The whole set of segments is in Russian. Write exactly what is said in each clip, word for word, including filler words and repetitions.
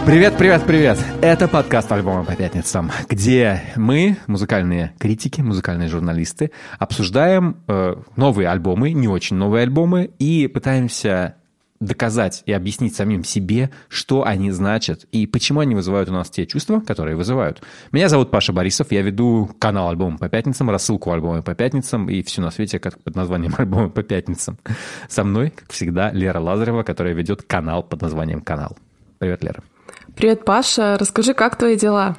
Привет, привет, привет! Это подкаст «Альбомы по пятницам», где мы, музыкальные критики, музыкальные журналисты, обсуждаем э, новые альбомы, не очень новые альбомы, и пытаемся доказать и объяснить самим себе, что они значат и почему они вызывают у нас те чувства, которые вызывают. Меня зовут Паша Борисов, я веду канал «Альбомы по пятницам», рассылку «Альбомы по пятницам» и все на свете как под названием «Альбомы по пятницам». Со мной, как всегда, Лера Лазарева, которая ведет канал под названием «Канал». Привет, Лера. Привет, Паша. Расскажи, как твои дела?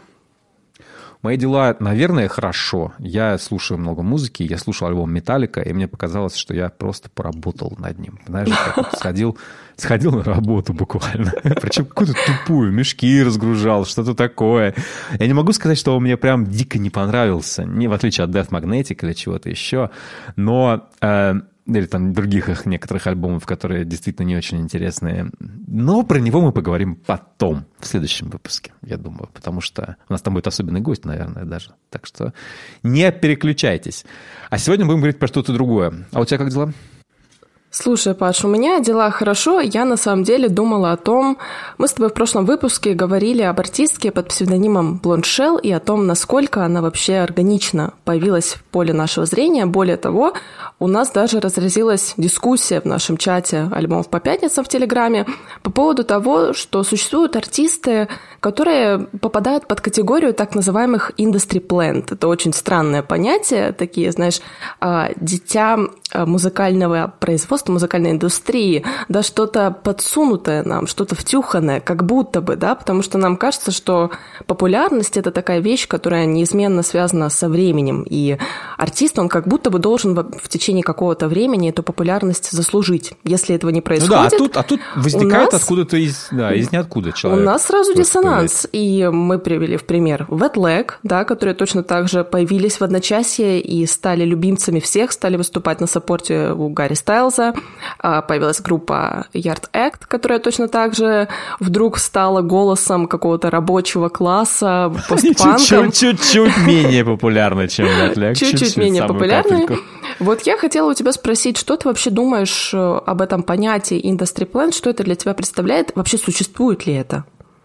Мои дела, наверное, хорошо. Я слушаю много музыки, я слушал альбом «Металлика», и мне показалось, что я просто поработал над ним. Знаешь, как сходил, сходил на работу буквально. Причем какую-то тупую, мешки разгружал, что-то такое. Я не могу сказать, что он мне прям дико не понравился, не в отличие от Death Magnetic или чего-то еще, но... Э, или там других их некоторых альбомов, которые действительно не очень интересные. Но про него мы поговорим потом, в следующем выпуске, я думаю, потому что у нас там будет особенный гость, наверное, даже. Так что не переключайтесь. А сегодня будем говорить про что-то другое. А у тебя как дела? Слушай, Паш, у меня дела хорошо. Я на самом деле думала о том... Мы с тобой в прошлом выпуске говорили об артистке под псевдонимом Blonde Shell и о том, насколько она вообще органично появилась в поле нашего зрения. Более того, у нас даже разразилась дискуссия в нашем чате «Альбомов по пятницам» в Телеграме по поводу того, что существуют артисты, которые попадают под категорию так называемых industry plant. Это очень странное понятие, такие, знаешь, дитя музыкального производства, музыкальной индустрии, да, что-то подсунутое нам, что-то втюханное, как будто бы, да, потому что нам кажется, что популярность — это такая вещь, которая неизменно связана со временем, и артист, он как будто бы должен в течение какого-то времени эту популярность заслужить. Если этого не происходит... Ну да, а тут, а тут возникает нас, откуда-то из, да, из ниоткуда человек. У нас сразу диссонанс, и мы привели в пример Wet Leg, да, которые точно так же появились в одночасье и стали любимцами всех, стали выступать на саппорте у Гарри Стайлза. Появилась группа Yard Act, которая точно так же вдруг стала голосом какого-то рабочего класса, постпанком. Чуть-чуть менее популярна, чем Wet Leg. Чуть-чуть менее популярна. Вот я хотела у тебя спросить, что ты вообще думаешь об этом понятии industry plant, что это для тебя представляет, вообще существует ли это?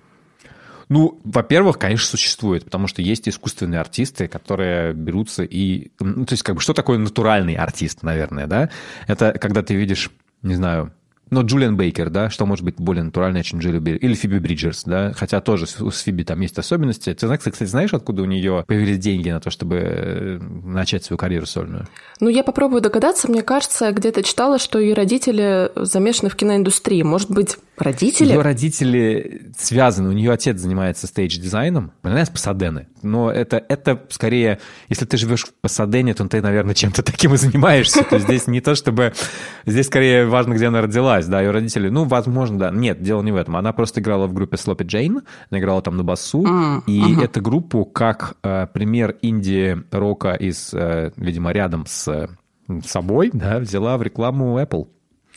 Ну, во-первых, конечно, существует, потому что есть искусственные артисты, которые берутся и... Ну, то есть, как бы, что такое натуральный артист, наверное, да? Это когда ты видишь, не знаю... Ну, Джулиан Бейкер, да, что может быть более натуральное, чем Джилли Бейкер. Или Фиби Бриджерс, да, хотя тоже с Фиби там есть особенности. Ты, кстати, знаешь, откуда у нее появились деньги на то, чтобы начать свою карьеру сольную? Ну, я попробую догадаться. Мне кажется, где-то читала, что ее родители замешаны в киноиндустрии. Может быть, родители? Ее родители связаны. У нее отец занимается стейдж-дизайном. Она из Пасадены. Но это, это скорее, если ты живешь в Пасадене, то ты, наверное, чем-то таким и занимаешься. То есть здесь не то, чтобы... Здесь скорее важно, где она родилась. Да, ее родители, ну, возможно, да. Нет, дело не в этом. Она просто играла в группе Sloppy Jane, она играла там на басу, mm, и uh-huh. эту группу, как э, пример инди-рока из, э, видимо, рядом с собой, да, взяла в рекламу Apple.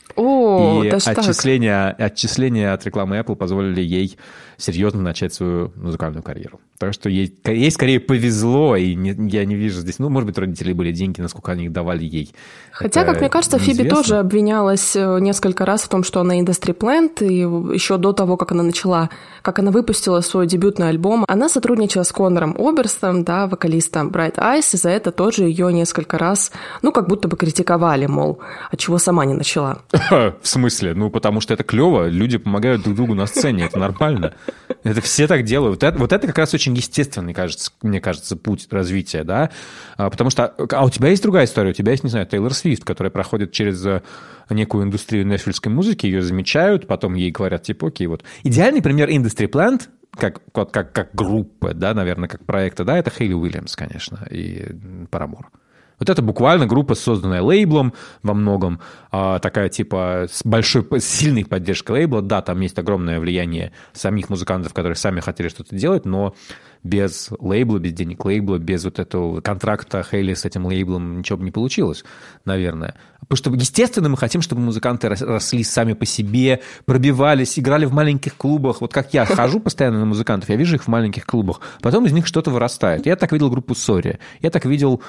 О, и даже отчисления, отчисления от рекламы Apple позволили ей серьезно начать свою музыкальную карьеру. Так что ей, ей скорее повезло, и не, я не вижу здесь... Ну, может быть, родители были деньги, насколько они их давали ей. Хотя, это как мне кажется, неизвестно. Фиби тоже обвинялась несколько раз в том, что она industry plant, и еще до того, как она начала, как она выпустила свой дебютный альбом, она сотрудничала с Конором Оберстом, да, вокалистом Bright Eyes, и за это тоже ее несколько раз, ну, как будто бы критиковали, мол, а чего сама не начала. В смысле? Ну, потому что это клево, люди помогают друг другу на сцене, это нормально. Это все так делают. Вот это, вот это как раз очень естественный, кажется, мне кажется, путь развития, да, потому что... А у тебя есть другая история, у тебя есть, не знаю, Тейлор Свифт, которая проходит через некую индустрию нэшвиллской музыки, ее замечают, потом ей говорят, типа, окей, вот. Идеальный пример industry plant, как, как, как группа, да, наверное, как проекта, да, это Хейли Уильямс, конечно, и Paramore. Вот это буквально группа, созданная лейблом во многом, такая типа с большой, с сильной поддержкой лейбла. Да, там есть огромное влияние самих музыкантов, которые сами хотели что-то делать, но без лейбла, без денег лейбла, без вот этого контракта Хейли с этим лейблом ничего бы не получилось, наверное. Потому что, естественно, мы хотим, чтобы музыканты росли сами по себе, пробивались, играли в маленьких клубах. Вот как я хожу постоянно на музыкантов, я вижу их в маленьких клубах, потом из них что-то вырастает. Я так видел группу Сори, я так видел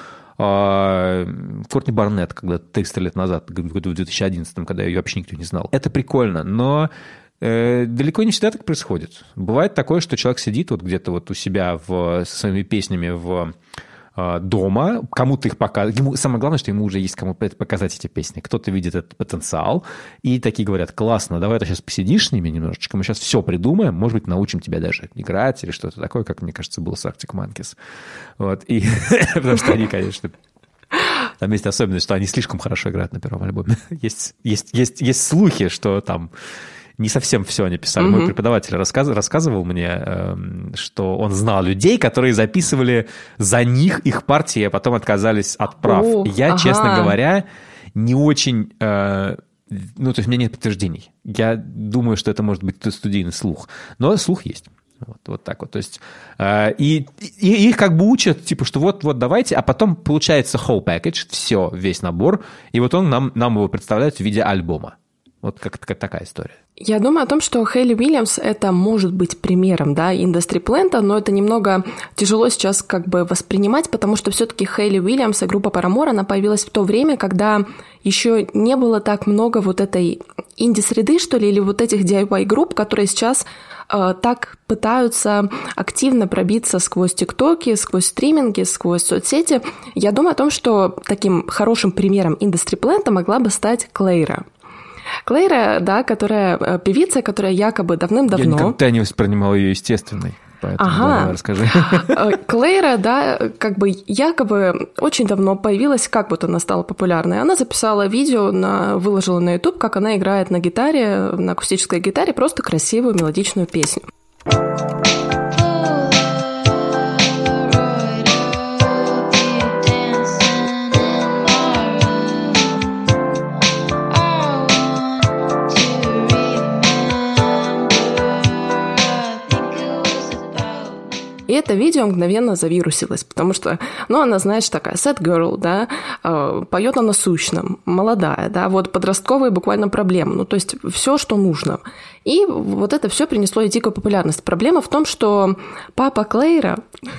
Кортни Барнетт, когда триста лет назад, в две тысячи одиннадцатом, когда ее вообще никто не знал. Это прикольно, но э, далеко не всегда так происходит. Бывает такое, что человек сидит вот где-то вот у себя в, со своими песнями в дома, кому-то их показывать. Ему, самое главное, что ему уже есть кому показать эти песни. Кто-то видит этот потенциал, и такие говорят: классно, давай ты сейчас посидишь с ними немножечко, мы сейчас все придумаем, может быть, научим тебя даже играть или что-то такое, как, мне кажется, было с Arctic Monkeys. Вот, и потому что они, конечно... Там есть особенность, что они слишком хорошо играют на первом альбоме. Есть, есть, есть, есть слухи, что там... Не совсем все они писали. Mm-hmm. Мой преподаватель рассказ, рассказывал мне, э, что он знал людей, которые записывали за них их партии, а потом отказались от прав. Oh, Я, ага. честно говоря, не очень... Э, ну, то есть у меня нет подтверждений. Я думаю, что это может быть студийный слух. Но слух есть. Вот, вот так вот. То есть, э, и, и их как бы учат, типа, что вот, вот давайте, а потом получается whole package, все, весь набор, и вот он нам, нам его представляет в виде альбома. Вот как, как такая история. Я думаю о том, что Хейли Уильямс это может быть примером, да, индастри-плента, но это немного тяжело сейчас как бы воспринимать, потому что все-таки Хейли Уильямс и группа Paramore, она появилась в то время, когда еще не было так много вот этой инди-среды, что ли, или вот этих ди ай вай-групп, которые сейчас э, так пытаются активно пробиться сквозь тиктоки, сквозь стриминги, сквозь соцсети. Я думаю о том, что таким хорошим примером индастри-плента могла бы стать Клэйра. Клэйра, да, которая певица, которая якобы давным-давно... Я никогда не воспринимал ее естественной, поэтому ага. давай расскажи. Клэйра, да, как бы якобы очень давно появилась, как вот она стала популярной. Она записала видео, на, выложила на YouTube, как она играет на гитаре, на акустической гитаре, просто красивую мелодичную песню. И это видео мгновенно завирусилось, потому что, ну, она, знаешь, такая sad girl, да, э, поет о насущном, молодая, да, вот подростковые буквально проблемы, ну, то есть все, что нужно. И вот это все принесло ей дикую популярность. Проблема в том, что папа Клэйра...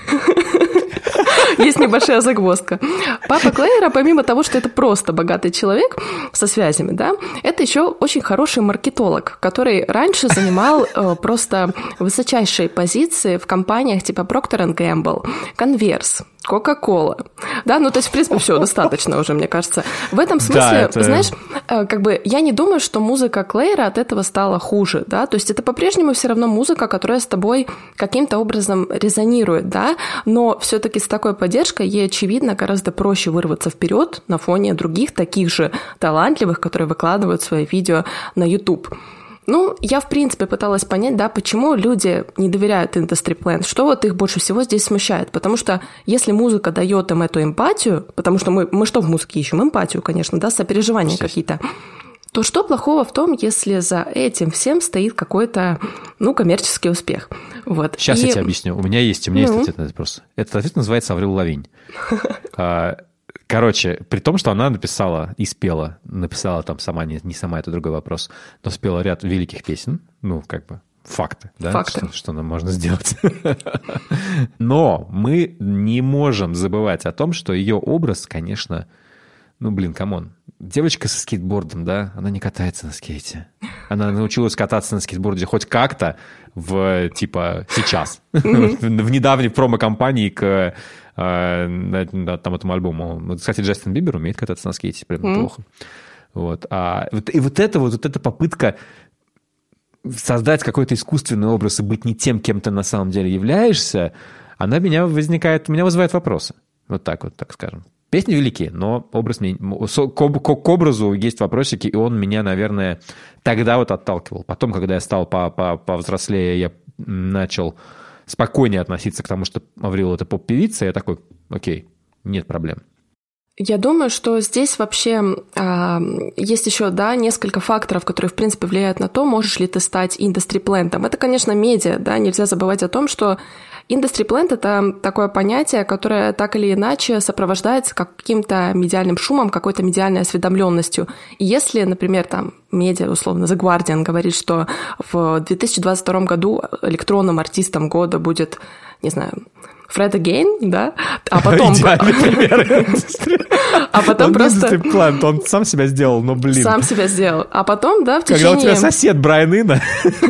Есть небольшая загвоздка. Папа Клэйра, помимо того, что это просто богатый человек со связями, да, это еще очень хороший маркетолог, который раньше занимал э, просто высочайшие позиции в компаниях типа Procter энд Gamble, Converse, Coca-Cola. Да, ну то есть, в принципе, все достаточно уже, мне кажется. В этом смысле, да, это... знаешь, как бы я не думаю, что музыка Клэйра от этого стала хуже, да, то есть это по-прежнему все равно музыка, которая с тобой каким-то образом резонирует, да, но все-таки с такой поддержкой ей, очевидно, гораздо проще вырваться вперед на фоне других таких же талантливых, которые выкладывают свои видео на YouTube. Ну, я, в принципе, пыталась понять, да, почему люди не доверяют индастри-плент, что вот их больше всего здесь смущает, потому что если музыка дает им эту эмпатию, потому что мы, мы что в музыке ищем? Эмпатию, конечно, да, сопереживания какие-то, то что плохого в том, если за этим всем стоит какой-то, ну, коммерческий успех? Вот. Сейчас И... я тебе объясню. У меня есть, у меня ну? есть ответ на этот вопрос. Этот ответ называется Аврил Лавинь. Короче, при том, что она написала и спела, написала там сама, не, не сама, это другой вопрос, но спела ряд великих песен, ну, как бы, факты, да, факты. Что, что нам можно сделать. Но мы не можем забывать о том, что ее образ, конечно, ну, блин, камон, девочка со скейтбордом, да, она не катается на скейте. Она научилась кататься на скейтборде хоть как-то в, типа, сейчас. В недавней промо-компании к... Да, там этому альбому. Кстати, Джастин Бибер умеет кататься на скейте, прям неплохо. Вот. А, и вот эта вот, вот эта попытка создать какой-то искусственный образ и быть не тем, кем ты на самом деле являешься, она меня возникает, меня вызывает вопросы. Вот так вот, так скажем. Песни великие, но образ мне, к, к образу есть вопросики, и он меня, наверное, тогда вот отталкивал. Потом, когда я стал повзрослее, я начал спокойнее относиться к тому, что Аврил — это поп-певица, я такой, окей, нет проблем. Я думаю, что здесь вообще э, есть еще, да, несколько факторов, которые, в принципе, влияют на то, можешь ли ты стать индастри-плентом. Это, конечно, медиа, да, нельзя забывать о том, что индастри-плент — это такое понятие, которое так или иначе сопровождается каким-то медиальным шумом, какой-то медиальной осведомленностью. И если, например, там медиа, условно, The Guardian говорит, что в две тысячи двадцать втором году электронным артистом года будет, не знаю, Фред Again, да, а потом... А потом он просто... Industry Plant, он сам себя сделал, но, блин. Сам себя сделал. А потом, да, в течение... Когда у тебя сосед Брайан Ино...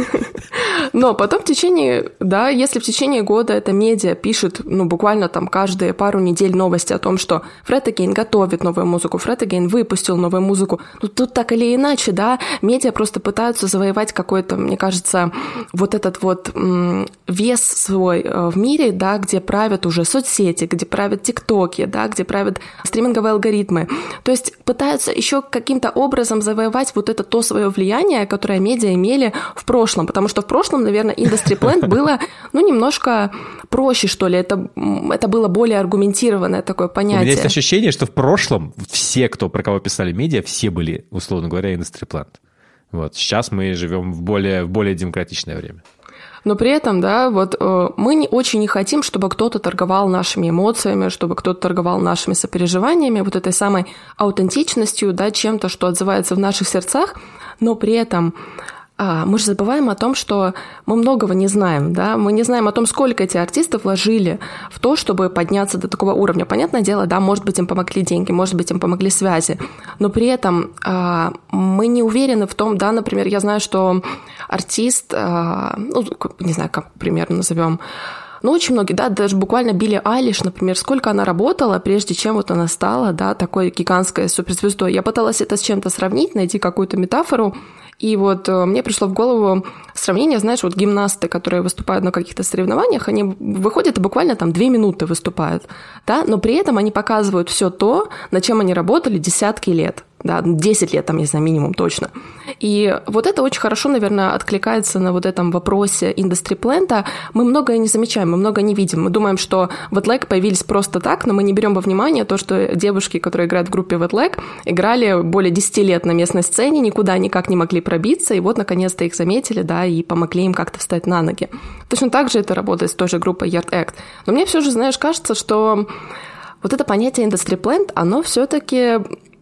Но потом в течение, да, если в течение года эта медиа пишет, ну, буквально там каждые пару недель новости о том, что Фред Агейн готовит новую музыку, Фред Агейн выпустил новую музыку, ну, тут так или иначе, да, медиа просто пытаются завоевать какой-то, мне кажется, вот этот вот м, вес свой в мире, да, где правят уже соцсети, где правят тиктоки, да, где правят стриминговые алгоритмы. То есть пытаются еще каким-то образом завоевать вот это то свое влияние, которое медиа имели в прошлом, потому что в прошлом, наверное, Industry Plant было, ну, немножко проще, что ли, это, это было более аргументированное такое понятие. У меня есть ощущение, что в прошлом все, кто, про кого писали медиа, все были, условно говоря, Industry Plant. Вот. Сейчас мы живем в более, в более демократичное время. Но при этом, да, вот э, мы не, очень не хотим, чтобы кто-то торговал нашими эмоциями, чтобы кто-то торговал нашими сопереживаниями, вот этой самой аутентичностью, да, чем-то, что отзывается в наших сердцах, но при этом а, мы же забываем о том, что мы многого не знаем, да, мы не знаем о том, сколько эти артисты вложили в то, чтобы подняться до такого уровня. Понятное дело, да, может быть, им помогли деньги, может быть, им помогли связи, но при этом а, мы не уверены в том, да, например, я знаю, что артист, а, ну, не знаю, как примерно назовем, ну, очень многие, да, даже буквально Билли Айлиш, например, сколько она работала, прежде чем вот она стала, да, такой гигантской суперзвездой. Я пыталась это с чем-то сравнить, найти какую-то метафору, и вот мне пришло в голову сравнение, знаешь, вот гимнасты, которые выступают на каких-то соревнованиях, они выходят и буквально там две минуты выступают, да, но при этом они показывают все то, над чем они работали десятки лет. Да, десять лет, там, не знаю, минимум точно. И вот это очень хорошо, наверное, откликается на вот этом вопросе Industry Plant. Мы многое не замечаем, мы многое не видим. Мы думаем, что Wet появились просто так, но мы не берем во внимание то, что девушки, которые играют в группе Wet играли более десяти лет на местной сцене, никуда никак не могли пробиться, и вот, наконец-то, их заметили, да, и помогли им как-то встать на ноги. Точно так же это работает с той же группой Yard Act. Но мне все же, знаешь, кажется, что вот это понятие Industry Plant, оно все-таки...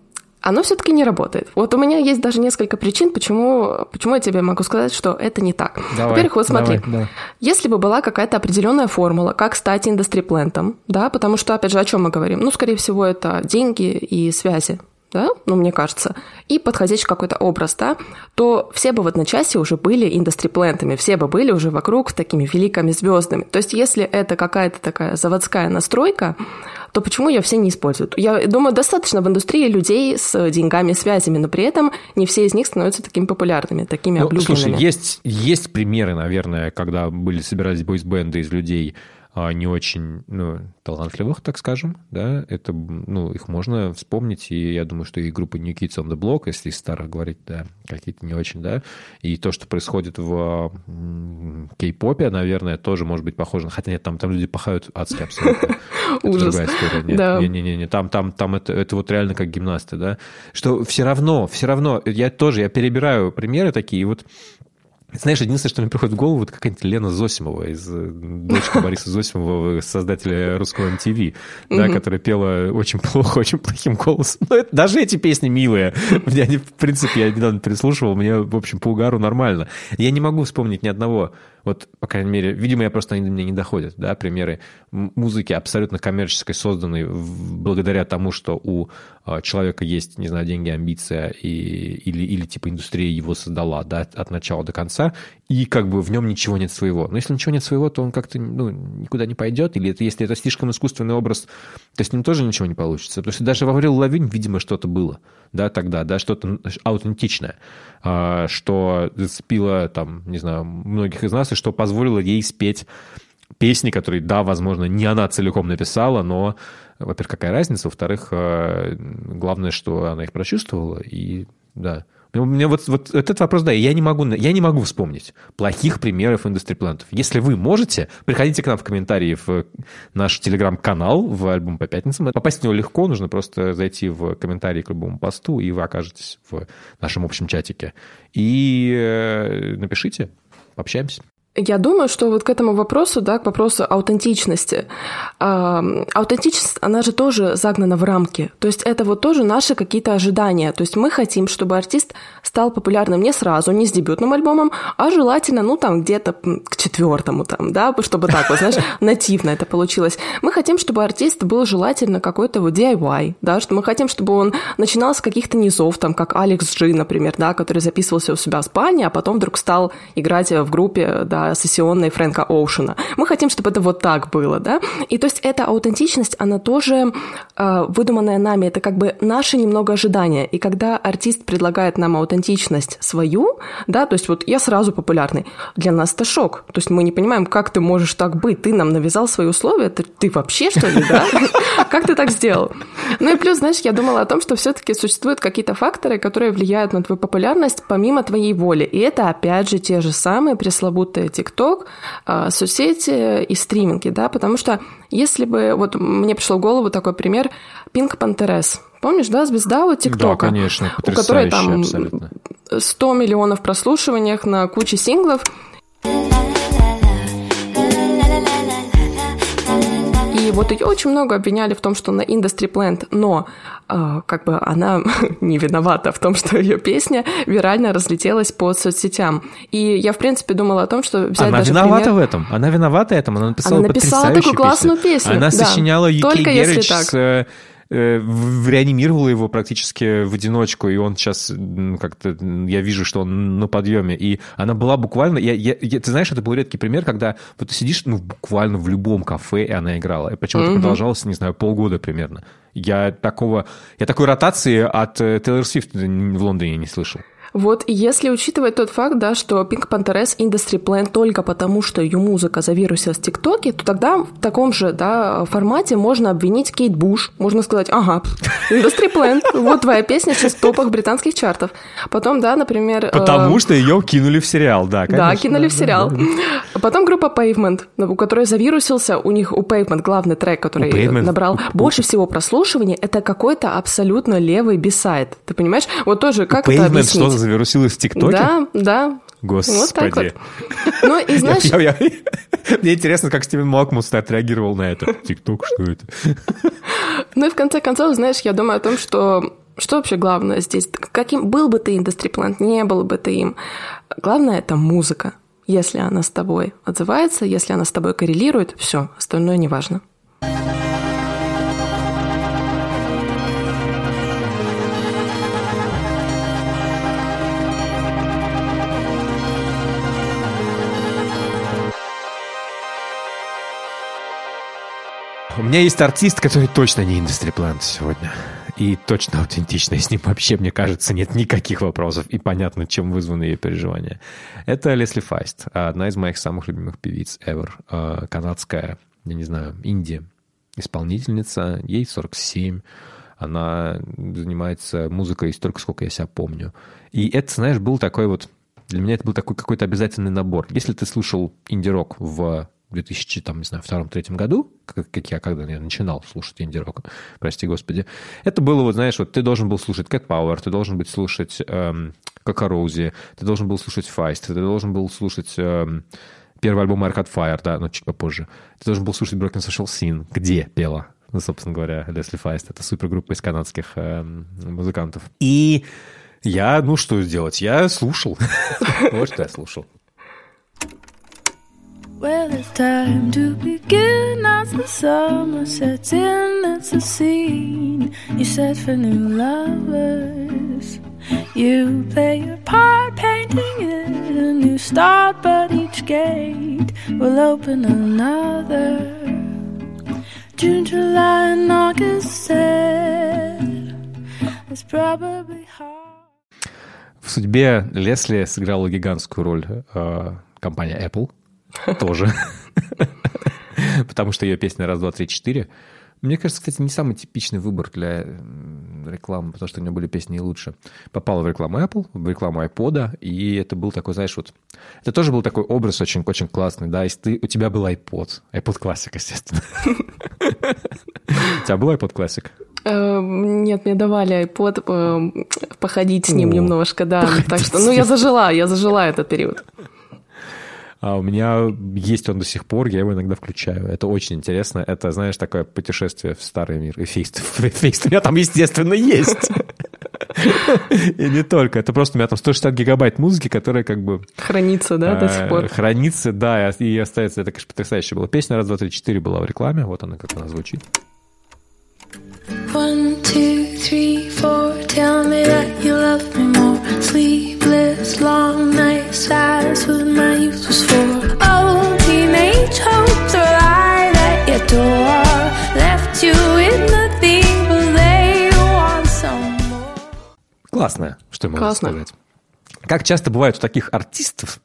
оно все-таки не работает. Вот у меня есть даже несколько причин, почему, почему я тебе могу сказать, что это не так. Давай, Во-первых, вот смотри, давай, давай. Если бы была какая-то определенная формула, как стать индастри-плентом, да, потому что, опять же, о чем мы говорим? Ну, скорее всего, это деньги и связи, да, ну, мне кажется, и подходящий какой-то образ, да, то все бы в одночасье уже были индастри-плентами, все бы были уже вокруг такими великими звездами. То есть, если это какая-то такая заводская настройка, то почему ее все не используют? Я думаю, достаточно в индустрии людей с деньгами, связями, но при этом не все из них становятся такими популярными, такими ну, облюбленными. Слушай, есть, есть примеры, наверное, когда были собирались бойсбенды из людей не очень, ну, талантливых, так скажем, да, это, ну, их можно вспомнить, и я думаю, что и группа New Kids on the Block, если из старых говорить, да, какие-то не очень, да, и то, что происходит в кей-попе, наверное, тоже может быть похоже, хотя нет, там, там люди пахают адски абсолютно. Ужас. Это другая история. Нет, да. Не-не-не, там, там, там это, это вот реально как гимнасты, да, что все равно, все равно, я тоже, я перебираю примеры такие, и вот знаешь, единственное, что мне приходит в голову, это какая-нибудь Лена Зосимова, из дочка Бориса Зосимова, создателя русского эм ти ви, да, mm-hmm. которая пела очень плохо, очень плохим голосом. Но это, даже эти песни милые. Мне они, в принципе, я недавно переслушивал, мне, в общем, по угару нормально. Я не могу вспомнить ни одного, вот, по крайней мере, видимо, я просто они до меня не доходят, да, примеры музыки абсолютно коммерческой, созданной благодаря тому, что у человека есть, не знаю, деньги, амбиция, и, или, или типа индустрия его создала, да, от начала до конца, и как бы в нем ничего нет своего. Но если ничего нет своего, то он как-то, ну, никуда не пойдет, или это, если это слишком искусственный образ, то с ним тоже ничего не получится. Потому что даже во Аврил Лавинь, видимо, что-то было, да, тогда, да, что-то аутентичное, что зацепило, там, не знаю, многих из нас, и что позволило ей спеть песни, которые, да, возможно, не она целиком написала, но, во-первых, какая разница, во-вторых, главное, что она их прочувствовала, и, да. У меня вот, вот этот вопрос, да, я не могу, я не могу вспомнить плохих примеров индастри-плантов. Если вы можете, приходите к нам в комментарии в наш телеграм-канал, в альбом по пятницам. Попасть в него легко, нужно просто зайти в комментарии к любому посту, и вы окажетесь в нашем общем чатике. И напишите, пообщаемся. Я думаю, что вот к этому вопросу, да, к вопросу аутентичности. Э, аутентичность, она же тоже загнана в рамки. То есть это вот тоже наши какие-то ожидания. То есть мы хотим, чтобы артист стал популярным не сразу, не с дебютным альбомом, а желательно, ну, там, где-то к четвертому, там, да, чтобы так вот, знаешь, нативно это получилось. Мы хотим, чтобы артист был желательно какой-то вот ди ай вай, да, что мы хотим, чтобы он начинал с каких-то низов, там, как Алекс Джи, например, да, который записывался у себя в спальне, а потом вдруг стал играть в группе, да, сессионной Фрэнка Оушена. Мы хотим, чтобы это вот так было, да. И то есть эта аутентичность, она тоже э, выдуманная нами, это как бы наши немного ожидания. И когда артист предлагает нам аутентичность свою, да, то есть вот я сразу популярный, для нас это шок. То есть мы не понимаем, как ты можешь так быть, ты нам навязал свои условия, ты, ты вообще, что ли, да? Как ты так сделал? Ну и плюс, знаешь, я думала о том, что все-таки существуют какие-то факторы, которые влияют на твою популярность помимо твоей воли. И это, опять же, те же самые пресловутые ТикТок, соцсети и стриминги, да, потому что если бы, вот мне пришел в голову такой пример, Pink Panthers. Помнишь, да, звезда у ТикТока? Да, конечно, у которой там абсолютно. сто миллионов прослушиваниях на куче синглов. И вот ее очень много обвиняли в том, что она industry plant, но э, как бы она не виновата в том, что ее песня вирально разлетелась по соцсетям. И я, в принципе, думала о том, что взять она даже виновата пример... в этом. Она виновата в этом. Она написала, она написала такую классную песню. Она да. сочиняла ю кей Garage с... э, реанимировала его практически в одиночку, и он сейчас как-то, я вижу, что он на подъеме, и она была буквально, я, я, я, ты знаешь, это был редкий пример, когда вот ты сидишь, ну, буквально в любом кафе, и она играла, и почему это mm-hmm. продолжалось, не знаю, полгода примерно. Я такого, я такой ротации от Тейлор Свифт в Лондоне не слышал. Вот, и если учитывать тот факт, да, что Pink Panthers industry plant только потому, что ее музыка завирусилась в ТикТоке, то тогда в таком же, да, формате можно обвинить Кейт Буш. Можно сказать, ага, industry plant, вот твоя песня сейчас в топах британских чартов. Потом, да, например... Потому э... что ее кинули в сериал, да, конечно. Да, кинули да, в сериал. Да, да. Потом группа Pavement, у которой завирусился, у них, у Pavement главный трек, который Pavement... набрал больше всего прослушиваний, это какой-то абсолютно левый бисайд. Ты понимаешь? Вот тоже, как Pavement это объяснить? Завирусилась в ТикТоке? Да, да. Господи. Вот так вот. Ну, и знаешь... Я, я, я, мне интересно, как Стивен Малкмус отреагировал на это. ТикТок, что это? Ну и в конце концов, знаешь, я думаю о том, что... Что вообще главное здесь? Каким был бы ты industry plant, не был бы ты им. Главное — это музыка. Если она с тобой отзывается, если она с тобой коррелирует, все, остальное не важно. У меня есть артист, который точно не industry plant сегодня. И точно аутентичный. С ним вообще, мне кажется, нет никаких вопросов. И понятно, чем вызваны ее переживания. Это Лесли Файст. Одна из моих самых любимых певиц ever. Канадская, я не знаю, инди-исполнительница. Ей сорок семь. Она занимается музыкой столько, сколько я себя помню. И это, знаешь, был такой вот... Для меня это был такой какой-то обязательный набор. Если ты слушал инди-рок в... в две тысячи, там, не знаю, втором-третьем году, как, как я, когда я начинал слушать инди-рок, прости господи, это было, вот, знаешь, вот ты должен был слушать Cat Power, ты должен был слушать эм, Коко Роузи, ты должен был слушать Feist, ты должен был слушать эм, первый альбом Arcade Fire, да, но чуть попозже. Ты должен был слушать Broken Social Scene, где пела, ну, собственно говоря, Лесли Файст. Это супергруппа из канадских эм, музыкантов. И я, ну, что сделать? Я слушал. Вот что я слушал. Well, it's time to begin as the summer sets in. It's a scene you set for new lovers. You play your part, painting it a new start, but each gate will open another. June, July, and August said it's probably hard. В судьбе Лесли сыграла гигантскую роль э, компания Apple. Тоже. Потому что ее песня «Раз, два, три, четыре». Мне кажется, кстати, не самый типичный выбор для рекламы, потому что у нее были песни и лучше. Попала в рекламу Apple, в рекламу iPod, и это был такой, знаешь, вот... Это тоже был такой образ очень-очень классный, да, если ты, у тебя был iPod, iPod Classic, естественно. У тебя был iPod Classic? Нет, мне давали iPod походить с ним немножко, да. Так что, ну, я зажила, я зажила этот период. А у меня есть он до сих пор, я его иногда включаю. Это очень интересно. Это, знаешь, такое путешествие в старый мир. И Feist, Feist у меня там, естественно, есть. И не только. Это просто у меня там сто шестьдесят гигабайт музыки, которая как бы... Хранится, да, до сих пор? Хранится, да, и остается. Это, конечно, потрясающе было. Песня «Раз, два, три, четыре» была в рекламе. Вот она, как она звучит. One, two, three, four. Tell me that you love me more. Sleepless, long nights. That's what my youth was for. Oh, teenage hopes are lied at your door. Left you with nothing, but they want some more. Классно, что я могу Классно. сказать. Как часто бывает у таких артистов,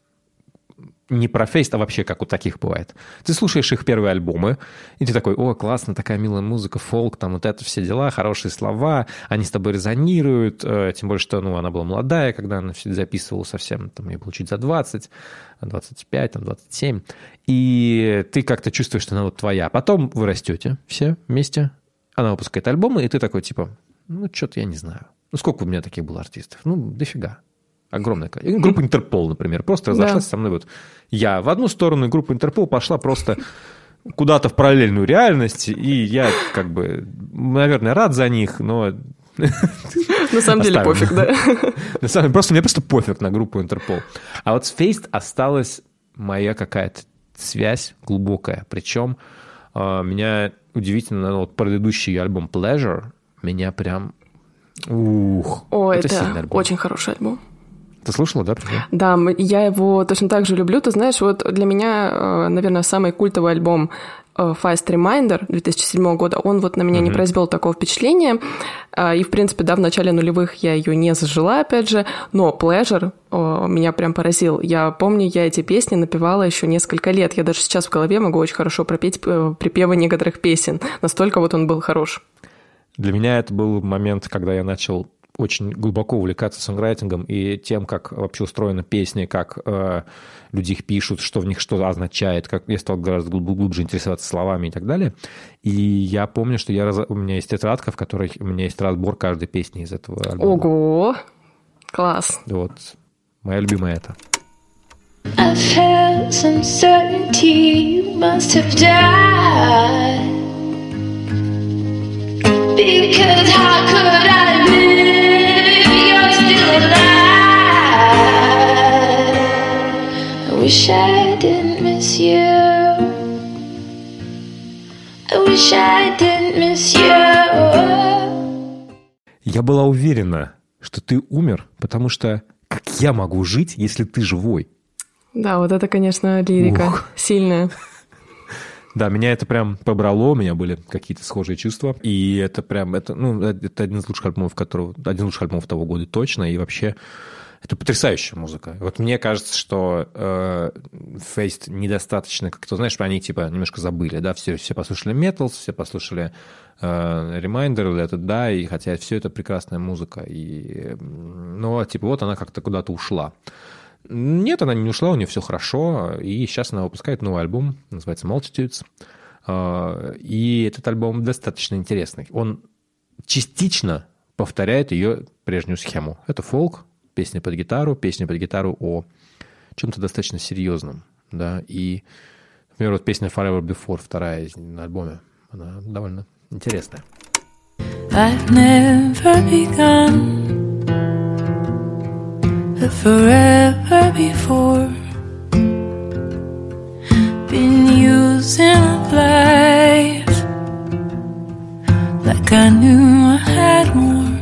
не про Feist, а вообще как у таких бывает. Ты слушаешь их первые альбомы, и ты такой: о, классно, такая милая музыка, фолк, там вот это все дела, хорошие слова, они с тобой резонируют, тем более, что ну, она была молодая, когда она все это записывала совсем, там, ей было чуть за двадцать, двадцать пять, там, двадцать семь, и ты как-то чувствуешь, что она вот твоя. Потом вы растете все вместе, она выпускает альбомы, и ты такой, типа, ну, что-то я не знаю. Ну, сколько у меня таких было артистов? Ну, дофига. Огромная количество. Группа Интерпол, например, просто разошлась да. со мной. Вот я в одну сторону, и группа Интерпол пошла просто куда-то в параллельную реальность, и я как бы, наверное, рад за них, но... На самом деле пофиг, да? На самом деле, просто мне просто пофиг на группу Интерпол. А вот с Feist осталась моя какая-то связь глубокая. Причем меня удивительно, вот предыдущий альбом Pleasure меня прям... Ух, О, это, это очень хороший альбом. Ты слушала, да? Да, я его точно так же люблю. Ты знаешь, вот для меня, наверное, самый культовый альбом Feist Reminder две тысячи седьмого года, он вот на меня mm-hmm. не произвел такого впечатления. И, в принципе, да, в начале нулевых я ее не зажила, опять же, но Pleasure о, меня прям поразил. Я помню, я эти песни напевала еще несколько лет. Я даже сейчас в голове могу очень хорошо пропеть припевы некоторых песен. Настолько вот он был хорош. Для меня это был момент, когда я начал очень глубоко увлекаться сонграйтингом и тем, как вообще устроены песни, как э, люди их пишут, что в них что означает, как я стал гораздо глубже интересоваться словами и так далее. И я помню, что я раз... у меня есть тетрадка, в которой у меня есть разбор каждой песни из этого альбома. Ого! Класс! Вот. Моя любимая это. I felt some certainty you must have died. Because how could I live? You're still alive. I wish I didn't miss you. I wish I didn't miss you. Я была уверена, что ты умер, потому что как я могу жить, если ты живой? Да, вот это, конечно, лирика Ух. сильная. Да, меня это прям побрало, у меня были какие-то схожие чувства, и это прям, это, ну, это один из лучших альбомов, которого, один из лучших альбомов того года точно, и вообще это потрясающая музыка. Вот мне кажется, что э, Feist недостаточно, как ты знаешь, они типа немножко забыли, да, все, все послушали Metals, все послушали э, Reminder, это да, и хотя все это прекрасная музыка, и, но типа вот она как-то куда-то ушла. Нет, она не ушла, у нее все хорошо, и сейчас она выпускает новый альбом, называется Multitudes, и этот альбом достаточно интересный. Он частично повторяет ее прежнюю схему. Это фолк, песни под гитару, песни под гитару о чем-то достаточно серьезном, да, и, например, вот песня Forever Before, вторая на альбоме, она довольно интересная. I've never begun forever before, been using up life like I knew I had more,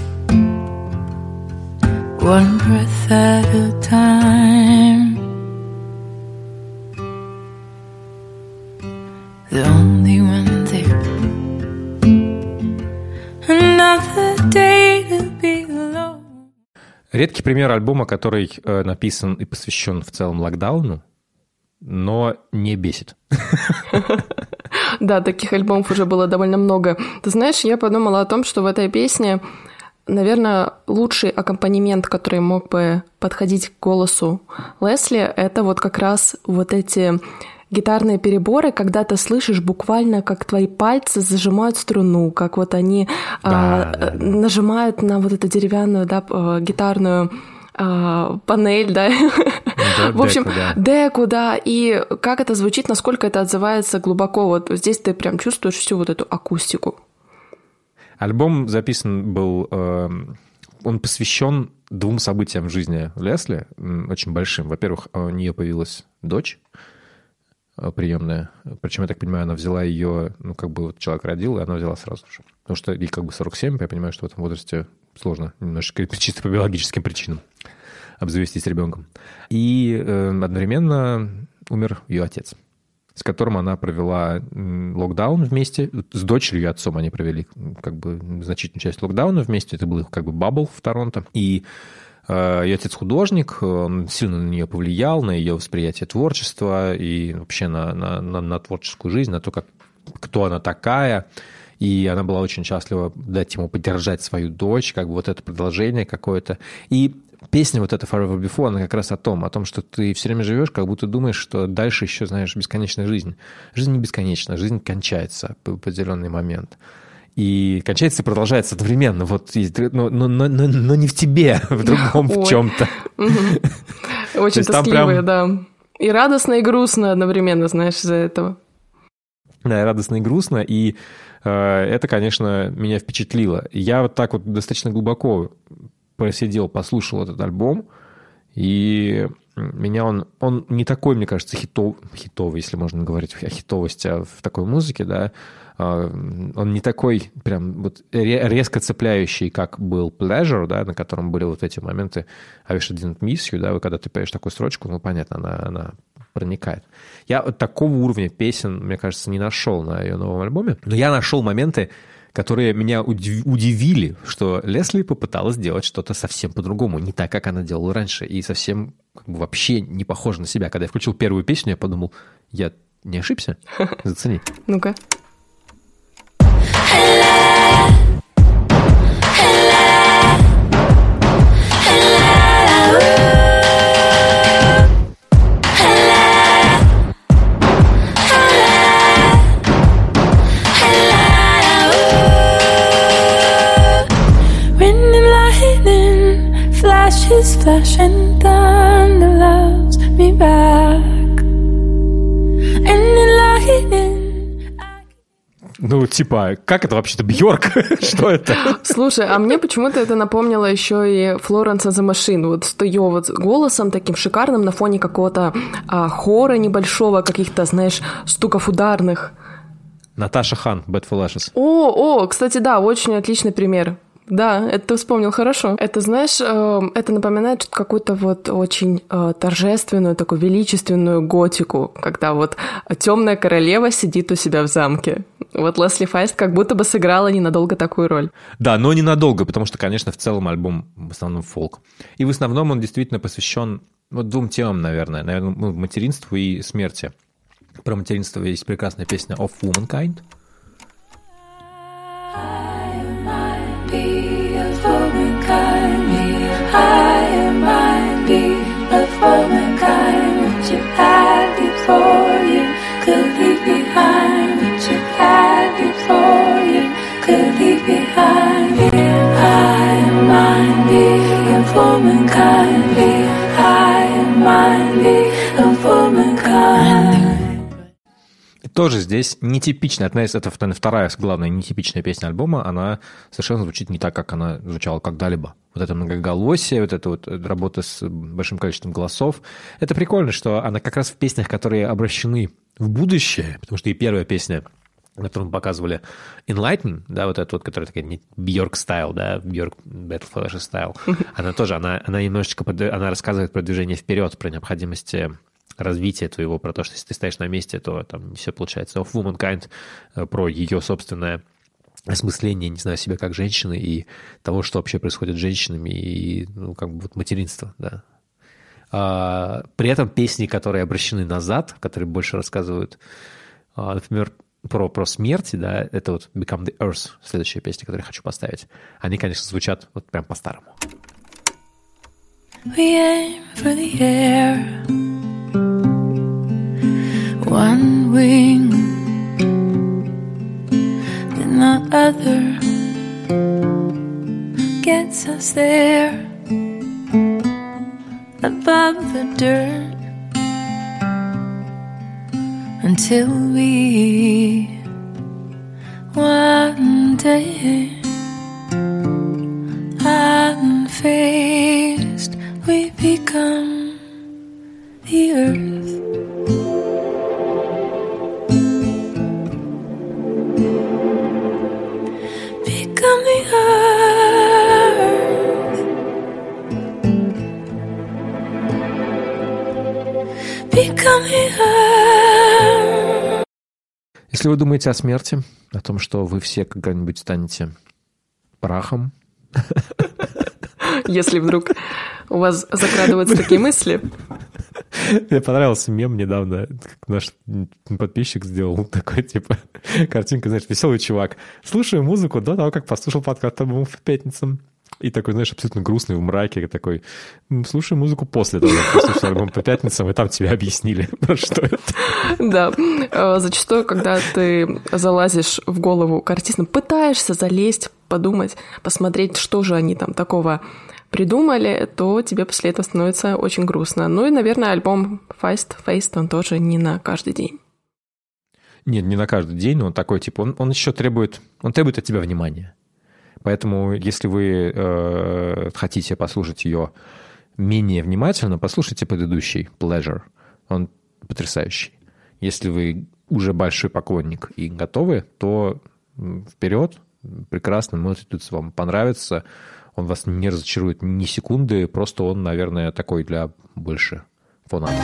one breath at a time, the only one there, another day to be alone. Редкий пример альбома, который э, написан и посвящен в целом локдауну, но не бесит. Да, таких альбомов уже было довольно много. Ты знаешь, я подумала о том, что в этой песне, наверное, лучший аккомпанемент, который мог бы подходить к голосу Лесли, это вот как раз вот эти гитарные переборы, когда ты слышишь буквально, как твои пальцы зажимают струну, как вот они да, а, да, да. нажимают на вот эту деревянную, да, гитарную а, панель, да, В общем, деку, да, и как это звучит, насколько это отзывается глубоко. Вот здесь ты прям чувствуешь всю вот эту акустику. Альбом записан был, э, он посвящен двум событиям в жизни Лесли, очень большим. Во-первых, у нее появилась дочь приемная, причем, я так понимаю, она взяла ее, ну, как бы вот человек родил, и она взяла сразу же. Потому что ей как бы сорок семь, я понимаю, что в этом возрасте сложно немножечко чисто по биологическим причинам обзавестись ребенком. И э, одновременно умер ее отец, с которым она провела локдаун вместе. С дочерью и отцом они провели как бы значительную часть локдауна вместе. Это был как бы бабл в Торонто. И э, ее отец художник, он сильно на нее повлиял, на ее восприятие творчества и вообще на, на, на, на творческую жизнь, на то, как, кто она такая. И она была очень счастлива дать ему поддержать свою дочь, как бы вот это продолжение какое-то. И песня вот эта Forever Before, она как раз о том, о том, что ты все время живешь, как будто думаешь, что дальше еще, знаешь, бесконечная жизнь. Жизнь не бесконечна, жизнь кончается в определенный момент. И кончается и продолжается одновременно. Вот, но, но, но, но не в тебе, в другом в чем-то. Очень тоскливые, да. И радостно, и грустно одновременно, знаешь, из-за этого. Да, и радостно, и грустно. И это, конечно, меня впечатлило. Я вот так вот достаточно глубоко просидел, послушал этот альбом, и меня он... Он не такой, мне кажется, хитов, хитовый, если можно говорить о хитовости в такой музыке, да. Он не такой прям вот резко цепляющий, как был Pleasure, да, на котором были вот эти моменты I wish I didn't miss you, да, когда ты поешь такую строчку, ну, понятно, она, она проникает. Я вот такого уровня песен, мне кажется, не нашел на ее новом альбоме, но я нашел моменты, которые меня удивили, что Лесли попыталась сделать что-то совсем по-другому, не так, как она делала раньше, и совсем как бы, вообще не похоже на себя. Когда я включил первую песню, я подумал, я не ошибся? Зацени. Ну-ка. Flash and thunder loves me back. And the lightning. Ну, типа, как это вообще-то? Бьорк? Что это? Слушай, а мне почему-то это напомнило еще и Florence and the Machine. Вот с ее вот голосом таким шикарным на фоне какого-то а, хора небольшого, каких-то, знаешь, стуков ударных. Наташа Хан, Bad for Lashes. О, о, кстати, да, очень отличный пример. Да, это ты вспомнил хорошо. Это, знаешь, это напоминает какую-то вот очень торжественную, такую величественную готику, когда вот темная королева сидит у себя в замке. Вот Лесли Файст как будто бы сыграла ненадолго такую роль. Да, но ненадолго, потому что, конечно, в целом альбом в основном фолк. И в основном он действительно посвящен вот двум темам, наверное. Наверное, материнству и смерти. Про материнство есть прекрасная песня «Of Womankind». Be of womankind, be higher mind, be of womankind. What you had before you could leave behind. What you had before you could leave behind. Be higher mind, be of womankind, be higher mind, be of womankind. Тоже здесь нетипичная, одна из, это вторая главная нетипичная песня альбома, она совершенно звучит не так, как она звучала когда-либо. Вот это многоголосие, вот эта вот работа с большим количеством голосов. Это прикольно, что она как раз в песнях, которые обращены в будущее, потому что и первая песня, которую мы показывали, Enlighten, да, вот эта вот, которая такая Бьорк стайл, да, Бьорк Battle Flash стайл, она тоже, она, она немножечко, она рассказывает про движение вперед, про необходимость развитие твоего, про то, что если ты стоишь на месте, то там не все получается. Of Womankind про ее собственное осмысление, не знаю, себя как женщины и того, что вообще происходит с женщинами и, ну, как бы вот материнство, да. А, при этом песни, которые обращены назад, которые больше рассказывают, а, например, про, про смерть, да, это вот Become the Earth, следующая песня, которую я хочу поставить, они, конечно, звучат вот прям по-старому. We aim for the air. One wing, then the other gets us there. above the dirt until we one day unfazed we become the earth. Become the earth. Become the earth. Если вы думаете о смерти, о том, что вы все когда-нибудь станете прахом. Если вдруг у вас закрадываются такие мысли. Мне понравился мем недавно, как наш подписчик сделал такой, типа, картинка, знаешь, веселый чувак. Слушаю музыку до того, как послушал подкаст по пятницам. И такой, знаешь, абсолютно грустный, в мраке, такой, слушай музыку после того, как послушал альбом по пятницам, и там тебе объяснили, что это. Да, зачастую, когда ты залазишь в голову к артистам, пытаешься залезть, подумать, посмотреть, что же они там такого придумали, то тебе после этого становится очень грустно. Ну и, наверное, альбом Feist, Feist, он тоже не на каждый день. Нет, не на каждый день, но он такой, типа, он, он еще требует, он требует от тебя внимания. Поэтому, если вы э, хотите послушать ее менее внимательно, послушайте предыдущий Pleasure. Он потрясающий. Если вы уже большой поклонник и готовы, то вперед, прекрасно, может быть, вам понравится. Он вас не разочарует ни секунды, просто он, наверное, такой для больше фанатов.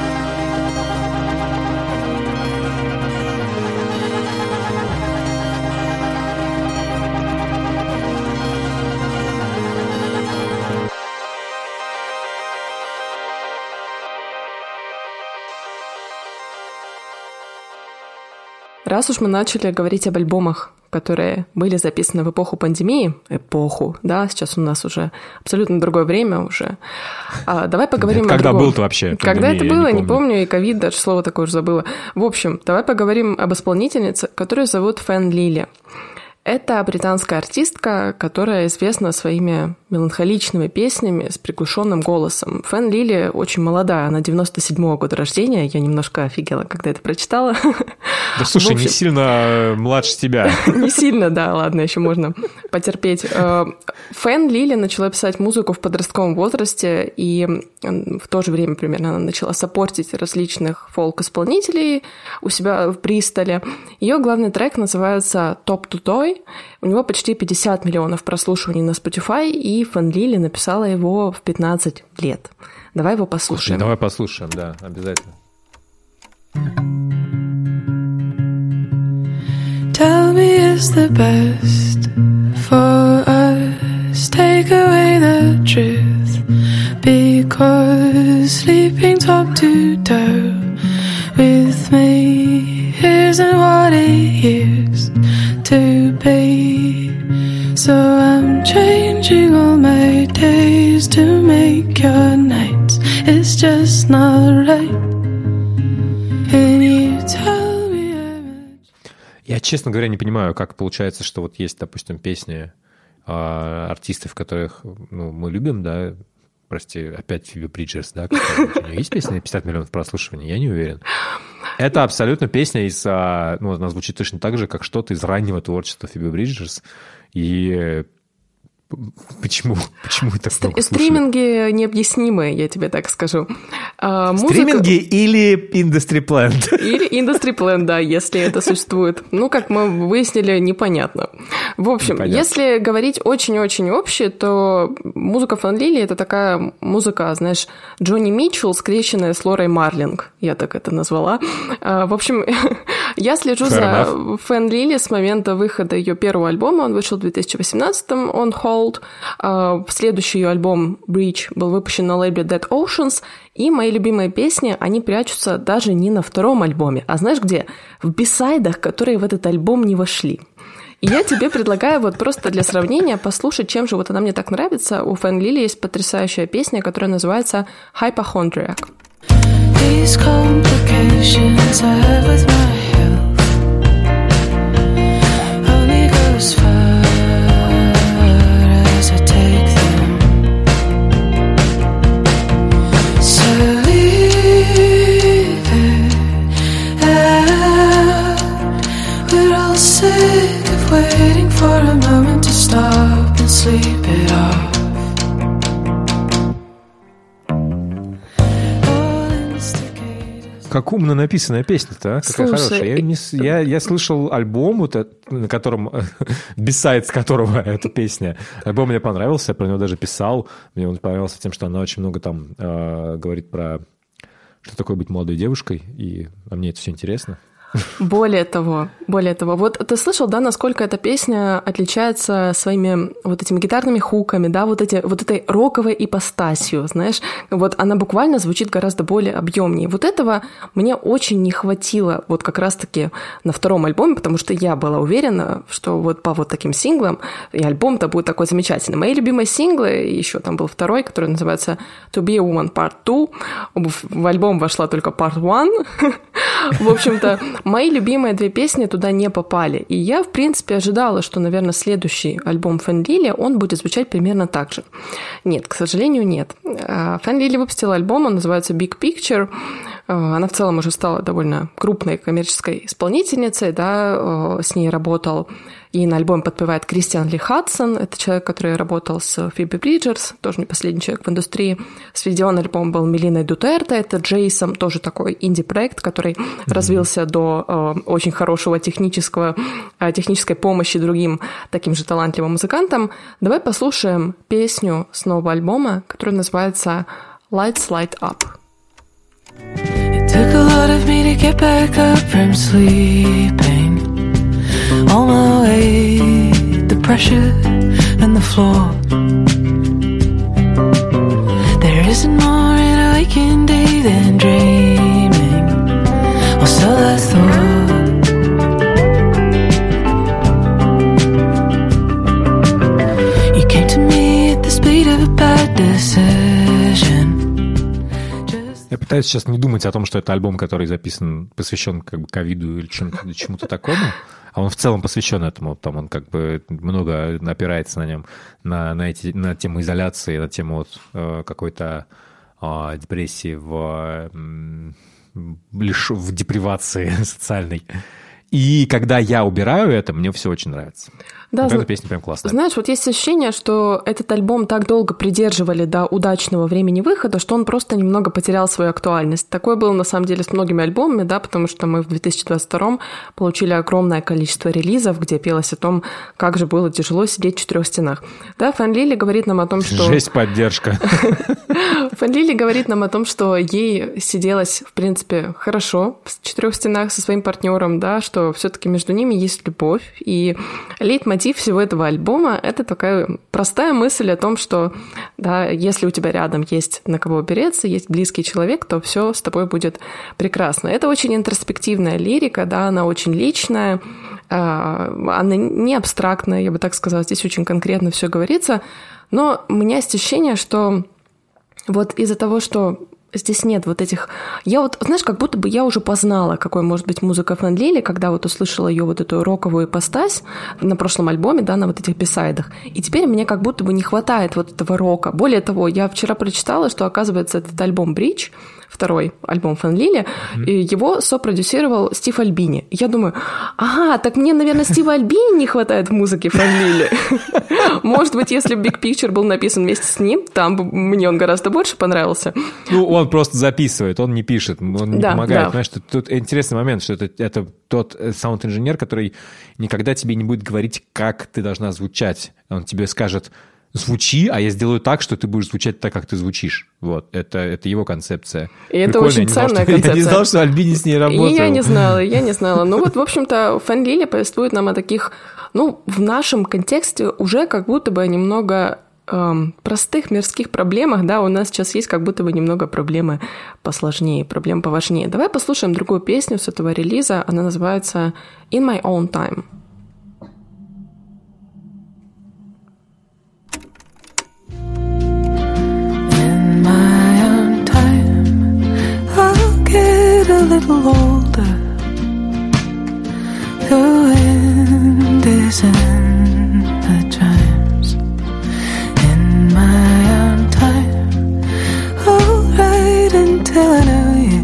Раз уж мы начали говорить об альбомах, которые были записаны в эпоху пандемии, эпоху, да, сейчас у нас уже абсолютно другое время уже. А, давай поговорим это о когда другом. Был-то вообще? Когда пандемия, это было, не помню. не помню, и ковид, даже слово такое уже забыла. В общем, давай поговорим об исполнительнице, которую зовут Фэн Лили. Это британская артистка, которая известна своими меланхоличными песнями с приглушенным голосом. Фэн Лили очень молодая, она девяносто седьмого года рождения. Я немножко офигела, когда это прочитала. Да слушай, общем, не сильно младше тебя. Не сильно, да, ладно, еще можно потерпеть. Фэн Лили начала писать музыку в подростковом возрасте, и в то же время примерно она начала саппортить различных фолк-исполнителей у себя в Бристоле. Ее главный трек называется «Top to Toy». У него почти пятьдесят миллионов прослушиваний на Spotify, и Фэн Лили написала его в пятнадцать лет. Давай его послушаем. Слушай, давай послушаем, да, обязательно. Tell me is the best for us. Take away the truth, because sleeping top to toe with me isn't what it used to be. So I'm changing all my days to make your nights. It's just not right. And you tell me I'm... Я, честно говоря, не понимаю, как получается, что вот есть, допустим, песни э, артистов, которых ну, мы любим, да, прости, опять Фиби Бриджерс, да, у нее есть песня на пятьдесят миллионов прослушиваний? Я не уверен. Это абсолютно песня из, ну, она звучит точно так же, как что-то из раннего творчества Фиби Бриджерс. И почему, почему это Стр- много Стриминги необъяснимые, я тебе так скажу. А, Стриминги музыка... или Industry Plant? Или Industry Plant, да, если это существует. Ну, как мы выяснили, непонятно. В общем, непонятно. Если говорить очень-очень обще, то музыка Фэн Лили — это такая музыка, знаешь, Джонни Митчелл, скрещенная с Лорой Марлинг, я так это назвала. А, в общем, я слежу Fair за enough. Фэн Лили с момента выхода ее первого альбома, он вышел в две тысячи восемнадцатом, он Hold. Следующий ее альбом Breach был выпущен на лейбле Dead Oceans, и мои любимые песни, они прячутся даже не на втором альбоме, а знаешь где? В бисайдах, которые в этот альбом не вошли. И я тебе предлагаю вот просто для сравнения послушать, чем же вот она мне так нравится. У Фэн Лили есть потрясающая песня, которая называется Hypochondriac. These complications I have with my health only goes far. как умно написанная песня-то, а? Какая Слушай, хорошая. Я, не, я, я слышал альбом, вот, на котором, бисайд с которого эта песня. Альбом мне понравился, я про него даже писал. Мне он понравился тем, что она очень много там э, говорит про, что такое быть молодой девушкой, и а мне это все интересно. Более того, более того, вот ты слышал, да, насколько эта песня отличается своими вот этими гитарными хуками, да, вот, эти, вот этой роковой ипостасью, знаешь, вот она буквально звучит гораздо более объемнее. Вот этого мне очень не хватило вот как раз-таки на втором альбоме, потому что я была уверена, что вот по вот таким синглам и альбом-то будет такой замечательный. Мои любимые синглы, еще там был второй, который называется To Be a Woman Part two, в альбом вошла только Part one, в общем-то, мои любимые две песни туда не попали. И я, в принципе, ожидала, что, наверное, следующий альбом Фэн Лили, он будет звучать примерно так же. Нет, к сожалению, нет. Фэн Лили выпустила альбом, он называется Big Picture. Она в целом уже стала довольно крупной коммерческой исполнительницей, да, с ней работал. И на альбоме подпевает Кристиан Ли Хадсон, это человек, который работал с Фиби Бриджерс, тоже не последний человек в индустрии. Сведен альбом был Мелиной Дутерте, это Джейсом, тоже такой инди-проект, который mm-hmm. развился до э, очень хорошего технического, э, технической помощи другим таким же талантливым музыкантам. Давай послушаем песню с нового альбома, которая называется Lights Light Up. It took a lot of me to get back up from sleeping. On my way, the pressure and the floor. There isn't more in a waking day than dreaming, or so I thought. You came to me at the speed of a bad decision. Я пытаюсь сейчас не думать о том, что это альбом, который записан, посвящен как бы ковиду или чему-то, чему-то такому, а он в целом посвящен этому. Там он как бы много опирается на нем, на, на, эти, на тему изоляции, на тему вот, э, какой-то э, депрессии, в, э, лишь в депривации социальной. И когда я убираю это, мне все очень нравится. Да, вот эта песня прям классная. Знаешь, вот есть ощущение, что этот альбом так долго придерживали до удачного времени выхода, что он просто немного потерял свою актуальность. Такое было, на самом деле, с многими альбомами, да, потому что мы в две тысячи двадцать втором получили огромное количество релизов, где пелось о том, как же было тяжело сидеть в четырех стенах. Да, Фэн Лили говорит нам о том, что... Жесть, поддержка. Фэн Лили говорит нам о том, что ей сиделось, в принципе, хорошо в четырех стенах со своим партнером, да, что все-таки между ними есть любовь, и лейтмотив всего этого альбома — это такая простая мысль о том, что да, если у тебя рядом есть на кого опереться, есть близкий человек, то все с тобой будет прекрасно. Это очень интроспективная лирика, да, она очень личная, она не абстрактная, я бы так сказала, здесь очень конкретно все говорится, но у меня есть ощущение, что вот из-за того, что здесь нет вот этих... Я вот, знаешь, как будто бы я уже познала, какой может быть музыка Фэн Лили, когда вот услышала ее вот эту роковую ипостась на прошлом альбоме, да, на вот этих бисайдах. И теперь мне как будто бы не хватает вот этого рока. Более того, я вчера прочитала, что, оказывается, этот альбом «Бридж», второй альбом Фэн Лили, mm-hmm. и его сопродюсировал Стив Альбини. Я думаю, ага, так мне, наверное, Стива Альбини не хватает в музыке Фэн Лили. Может быть, если бы Big Picture был написан вместе с ним, там мне он гораздо больше понравился. Ну, он просто записывает, он не пишет, он не да, помогает. Да. Понимаешь, тут интересный момент, что это, это тот саунд-инженер, который никогда тебе не будет говорить, как ты должна звучать. Он тебе скажет... Звучи, а я сделаю так, что ты будешь звучать так, как ты звучишь. Вот, это, это его концепция. И это очень ценная знал, концепция. Я не знал, что Альбини с ней работал. И я не знала, я не знала. Ну вот, в общем-то, Фэн Лили повествует нам о таких, ну, в нашем контексте уже как будто бы немного эм, простых мирских проблемах, да, у нас сейчас есть как будто бы немного проблемы посложнее, проблем поважнее. Давай послушаем другую песню с этого релиза, она называется «In My Own Time». A little older, the wind is in the chimes. In my own time, I'll write until I know you.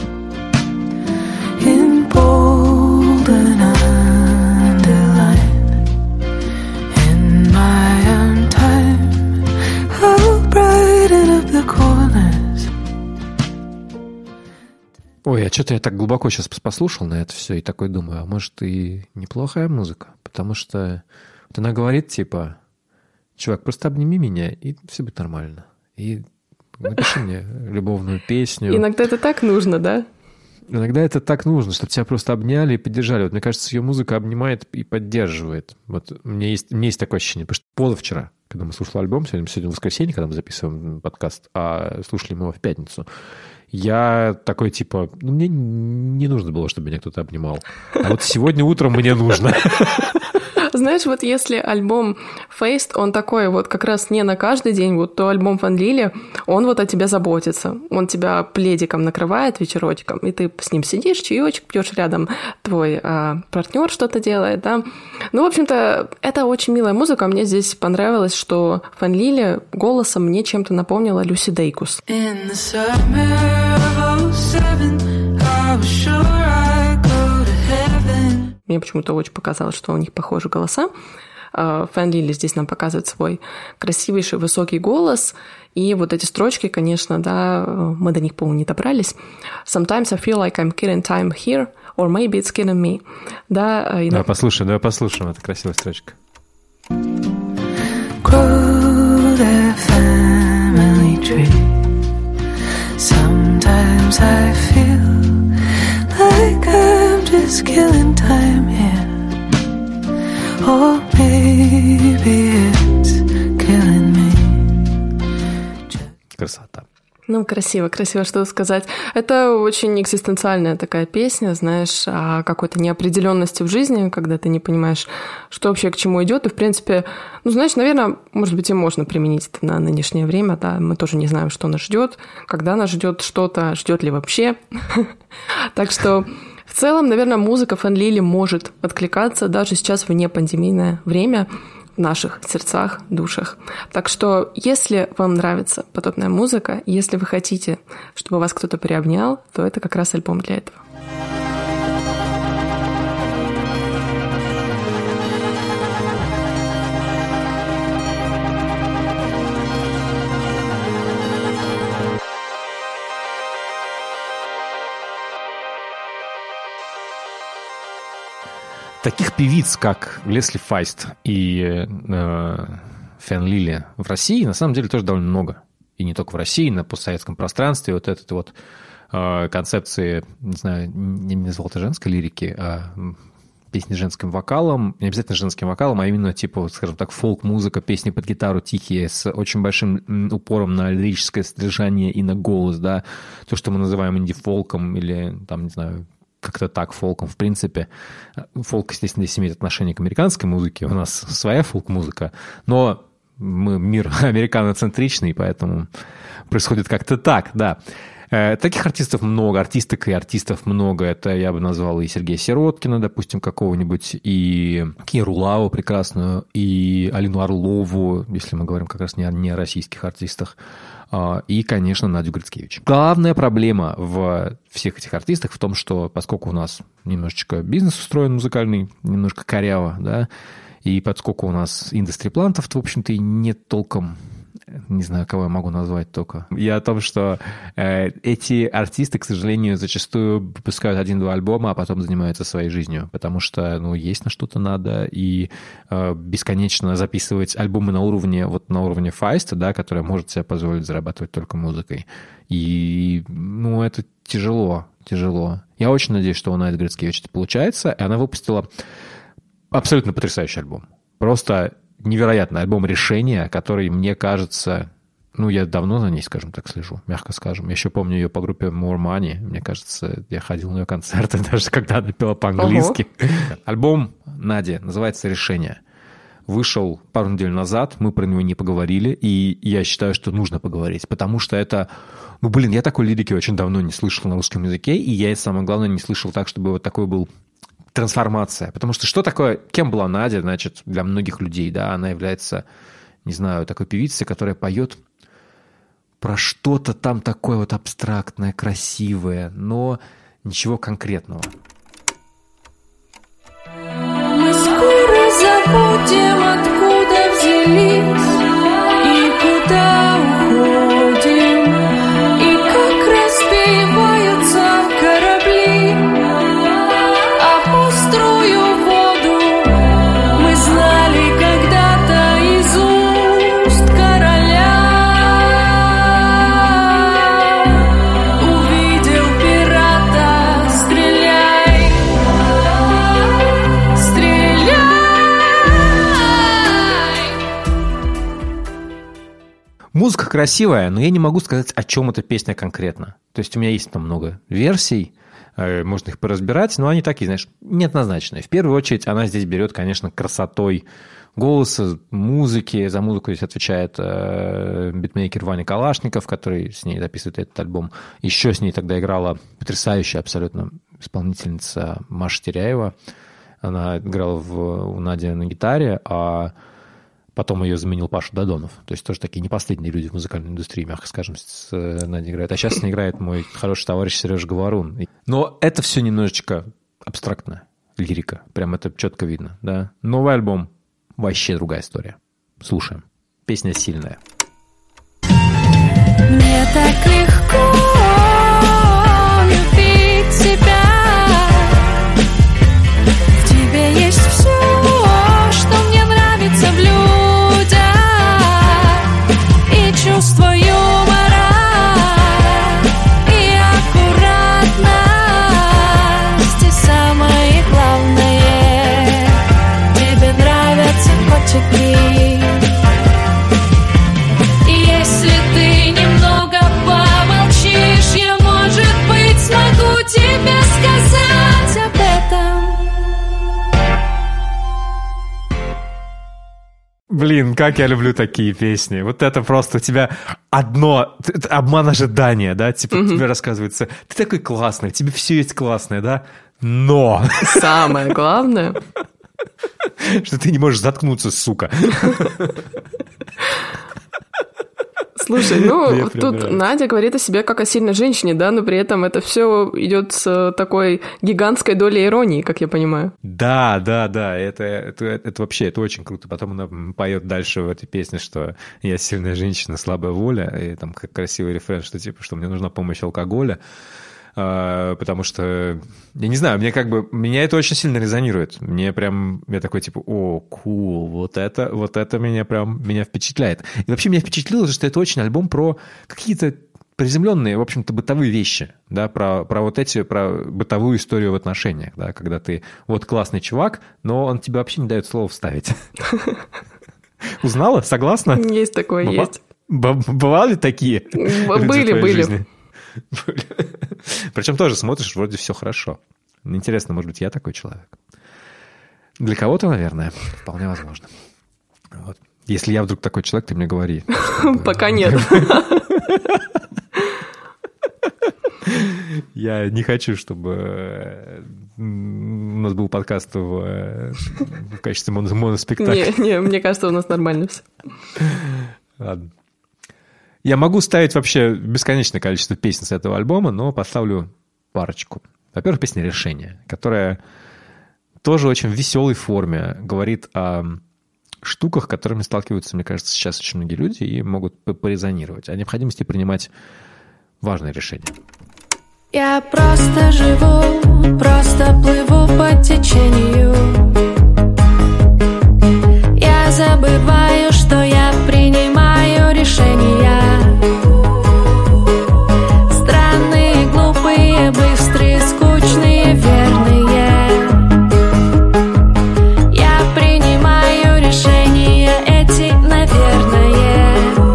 In bold and underlined. In my own time, I'll brighten up the corners. Ой, Ой, а что-то я так глубоко сейчас послушал на это все и такой думаю, а может и неплохая музыка? Потому что вот она говорит, типа, чувак, просто обними меня, и все будет нормально. И напиши мне любовную песню. Иногда это так нужно, да? Иногда это так нужно, чтобы тебя просто обняли и поддержали. Вот мне кажется, ее музыка обнимает и поддерживает. Вот у меня есть, у меня есть такое ощущение, потому что позавчера, когда мы слушали альбом, сегодня, сегодня воскресенье, когда мы записываем подкаст, а слушали мы его в пятницу, я такой, типа, ну, мне не нужно было, чтобы меня кто-то обнимал. А вот сегодня утром мне нужно. Знаешь, вот если альбом Faced, он такой вот как раз не на каждый день, вот то альбом Фан Лили, он вот о тебе заботится. Он тебя пледиком накрывает вечерочком, и ты с ним сидишь, чаечек пьешь рядом, твой а, партнер что-то делает, да. Ну, в общем-то, это очень милая музыка. Мне здесь понравилось, что Фан Лили голосом мне чем-то напомнила Люси Дейкус. Мне почему-то очень показалось, что у них похожи голоса. Фан Лили здесь нам показывает свой красивейший высокий голос. И вот эти строчки, конечно, да, мы до них, по-моему, не добрались. Sometimes I feel like I'm killing time here, or maybe it's killing me. Да, и... Давай послушаем, давай послушаем, это красивая строчка. Grow the family tree. Sometimes I feel like I'm just killing time here. Or maybe it's killing me. Красота. Ну, красиво, красиво, что сказать. Это очень экзистенциальная такая песня, знаешь, о какой-то неопределенности в жизни, когда ты не понимаешь, что вообще к чему идет. И, в принципе, ну, знаешь, наверное, может быть, и можно применить это на нынешнее время, да, мы тоже не знаем, что нас ждет, когда нас ждет что-то, ждет ли вообще. Так что в целом, наверное, музыка Фан Лили может откликаться даже сейчас в непандемийное время в наших сердцах, душах. Так что, если вам нравится подобная музыка, если вы хотите, чтобы вас кто-то приобнял, то это как раз альбом для этого. Таких певиц, как Лесли Файст и э, Фан Лили в России, на самом деле тоже довольно много. И не только в России, на постсоветском пространстве. Вот этой вот э, концепции, не знаю, не назвал это женской лирики, а песни с женским вокалом. Не обязательно женским вокалом, а именно, типа, скажем так, фолк-музыка, песни под гитару тихие, с очень большим упором на лирическое содержание и на голос, да. То, что мы называем инди-фолком или, там, не знаю, как-то так, фолком, в принципе. Фолк, естественно, здесь имеет отношение к американской музыке, у нас своя фолк-музыка, но мы мир американоцентричный, поэтому происходит как-то так, да. Таких артистов много, артисток и артистов много. Это я бы назвал и Сергея Сироткина, допустим, какого-нибудь, и Киру Лаву прекрасную, и Алину Орлову, если мы говорим как раз не о, не о российских артистах, и, конечно, Надю Грицкевич. Главная проблема в всех этих артистах в том, что поскольку у нас немножечко бизнес устроен музыкальный, немножко коряво, да, и поскольку у нас индустри-плантов, в общем-то, и нет толком... Не знаю, кого я могу назвать только. Я о том, что э, эти артисты, к сожалению, зачастую выпускают один-два альбома, а потом занимаются своей жизнью, потому что, ну, есть на что-то надо, и э, бесконечно записывать альбомы на уровне, вот на уровне Файста, да, который может себе позволить зарабатывать только музыкой. И, ну, это тяжело, тяжело. Я очень надеюсь, что у Нади Грицкевич это получается, и она выпустила абсолютно потрясающий альбом. Просто... невероятный альбом «Решение», который, мне кажется... Ну, я давно за ней, скажем так, слежу, мягко скажем. Я еще помню ее по группе More Money. Мне кажется, я ходил на ее концерты, даже когда она пела по-английски. Ого. Альбом Нади называется «Решение». Вышел пару недель назад, мы про него не поговорили, и я считаю, что нужно поговорить, потому что это... Ну, блин, я такой лирики очень давно не слышал на русском языке, и я, самое главное, не слышал так, чтобы вот такой был... трансформация. Потому что что такое, кем была Надя, значит, для многих людей, да, она является, не знаю, такой певицей, которая поет про что-то там такое вот абстрактное, красивое, но ничего конкретного. Мы скоро забудем, откуда взялись и куда уходим, и как разбиваются корабли. Музыка красивая, но я не могу сказать, о чем эта песня конкретно. То есть у меня есть там много версий, можно их поразбирать, но они такие, знаешь, неоднозначные. В первую очередь она здесь берет, конечно, красотой голоса, музыки. За музыку здесь отвечает э, битмейкер Ваня Калашников, который с ней записывает этот альбом. Еще с ней тогда играла потрясающая абсолютно исполнительница Маша Теряева. Она играла в, у Нади на гитаре, а потом ее заменил Паша Додонов. То есть тоже такие не последние люди в музыкальной индустрии, мягко скажем, с Надей играют. А сейчас с ней играет мой хороший товарищ Сережа Говорун. Но это все немножечко абстрактная лирика. Прям это четко видно. Да? Новый альбом. Вообще другая история. Слушаем. Песня сильная. Мне так легко любить тебя. В тебе есть все, что мне нравится в людях. И чувство юмора, и аккуратность. И самое главное, тебе нравятся котики. И если ты немного помолчишь, я, может быть, смогу тебе сказать об этом. Блин, как я люблю такие песни. Вот это просто у тебя одно, обман ожидания, да? Типа mm-hmm. тебе рассказывается, ты такой классный, у тебя все есть классное, да? Но... Самое главное... Что ты не можешь заткнуться, сука. Слушай, ну, тут Надя говорит о себе как о сильной женщине, да, но при этом это все идет с такой гигантской долей иронии, как я понимаю. Да, да, да, это, это, это вообще, это очень круто. Потом она поет дальше в этой песне, что я сильная женщина, слабая воля, и там как красивый рефрен, что типа, что мне нужна помощь алкоголя. Потому что, я не знаю, мне как бы, меня это очень сильно резонирует. Мне прям, я такой типа, о, кул, вот это, вот это меня прям, меня впечатляет. И вообще меня впечатлило, что это очень альбом про какие-то приземленные, в общем-то, бытовые вещи, да, про, про вот эти, про бытовую историю в отношениях, да, когда ты вот классный чувак, но он тебе вообще не дает слова вставить. Узнала? Согласна? Есть такое, есть. Бывали такие? Были, были. Причем тоже смотришь, вроде все хорошо. Интересно, может быть, я такой человек? Для кого-то, наверное, вполне возможно. Вот. Если я вдруг такой человек, ты мне говори. Чтобы... Пока нет. Я не хочу, чтобы у нас был подкаст в, в качестве мон- моноспектакля. Не, не, мне кажется, у нас нормально все. Ладно. Я могу ставить вообще бесконечное количество песен с этого альбома, но поставлю парочку. Во-первых, песня «Решение», которая тоже очень в веселой форме говорит о штуках, которыми сталкиваются, мне кажется, сейчас очень многие люди и могут порезонировать, о необходимости принимать важные решения. Я просто живу, просто плыву по течению. Я забываю, что я принимаю решения. Странные, глупые, быстрые, скучные, верные. Я принимаю решения эти, наверное.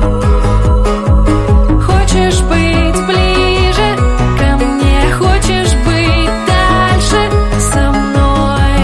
Хочешь быть ближе ко мне, хочешь быть дальше со мной.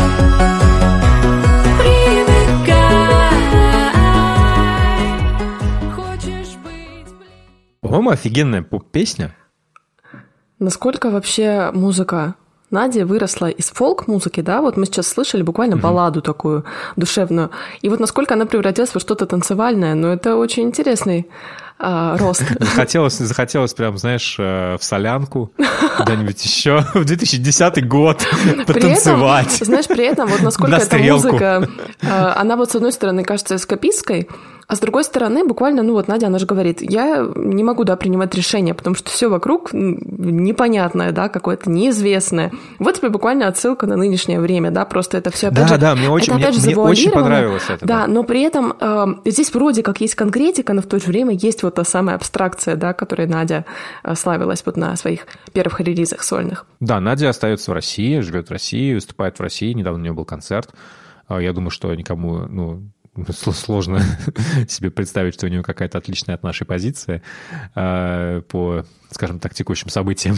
По-моему, офигенная поп-песня. Насколько вообще музыка Нади выросла из фолк-музыки, да? Вот мы сейчас слышали буквально балладу такую душевную. И вот насколько она превратилась во что-то танцевальное, ну это очень интересный а, рост. Захотелось, захотелось прям, знаешь, в солянку, куда-нибудь еще, в две тысячи десятый год потанцевать. При этом, знаешь, при этом вот насколько эта музыка, она вот с одной стороны кажется эскапистской, а с другой стороны, буквально, ну вот Надя, она же говорит, я не могу, да, принимать решения, потому что все вокруг непонятное, да, какое-то неизвестное. Вот тебе буквально отсылка на нынешнее время, да, просто это все опять да, же... Да, мне очень, мне, мне очень понравилось это. Да, да, но при этом э, здесь вроде как есть конкретика, но в то же время есть вот та самая абстракция, да, которой Надя э, славилась вот на своих первых релизах сольных. Да, Надя остается в России, живет в России, выступает в России, недавно у нее был концерт. Я думаю, что никому, ну, сложно себе представить, что у него какая-то отличная от нашей позиции э, по, скажем так, текущим событиям.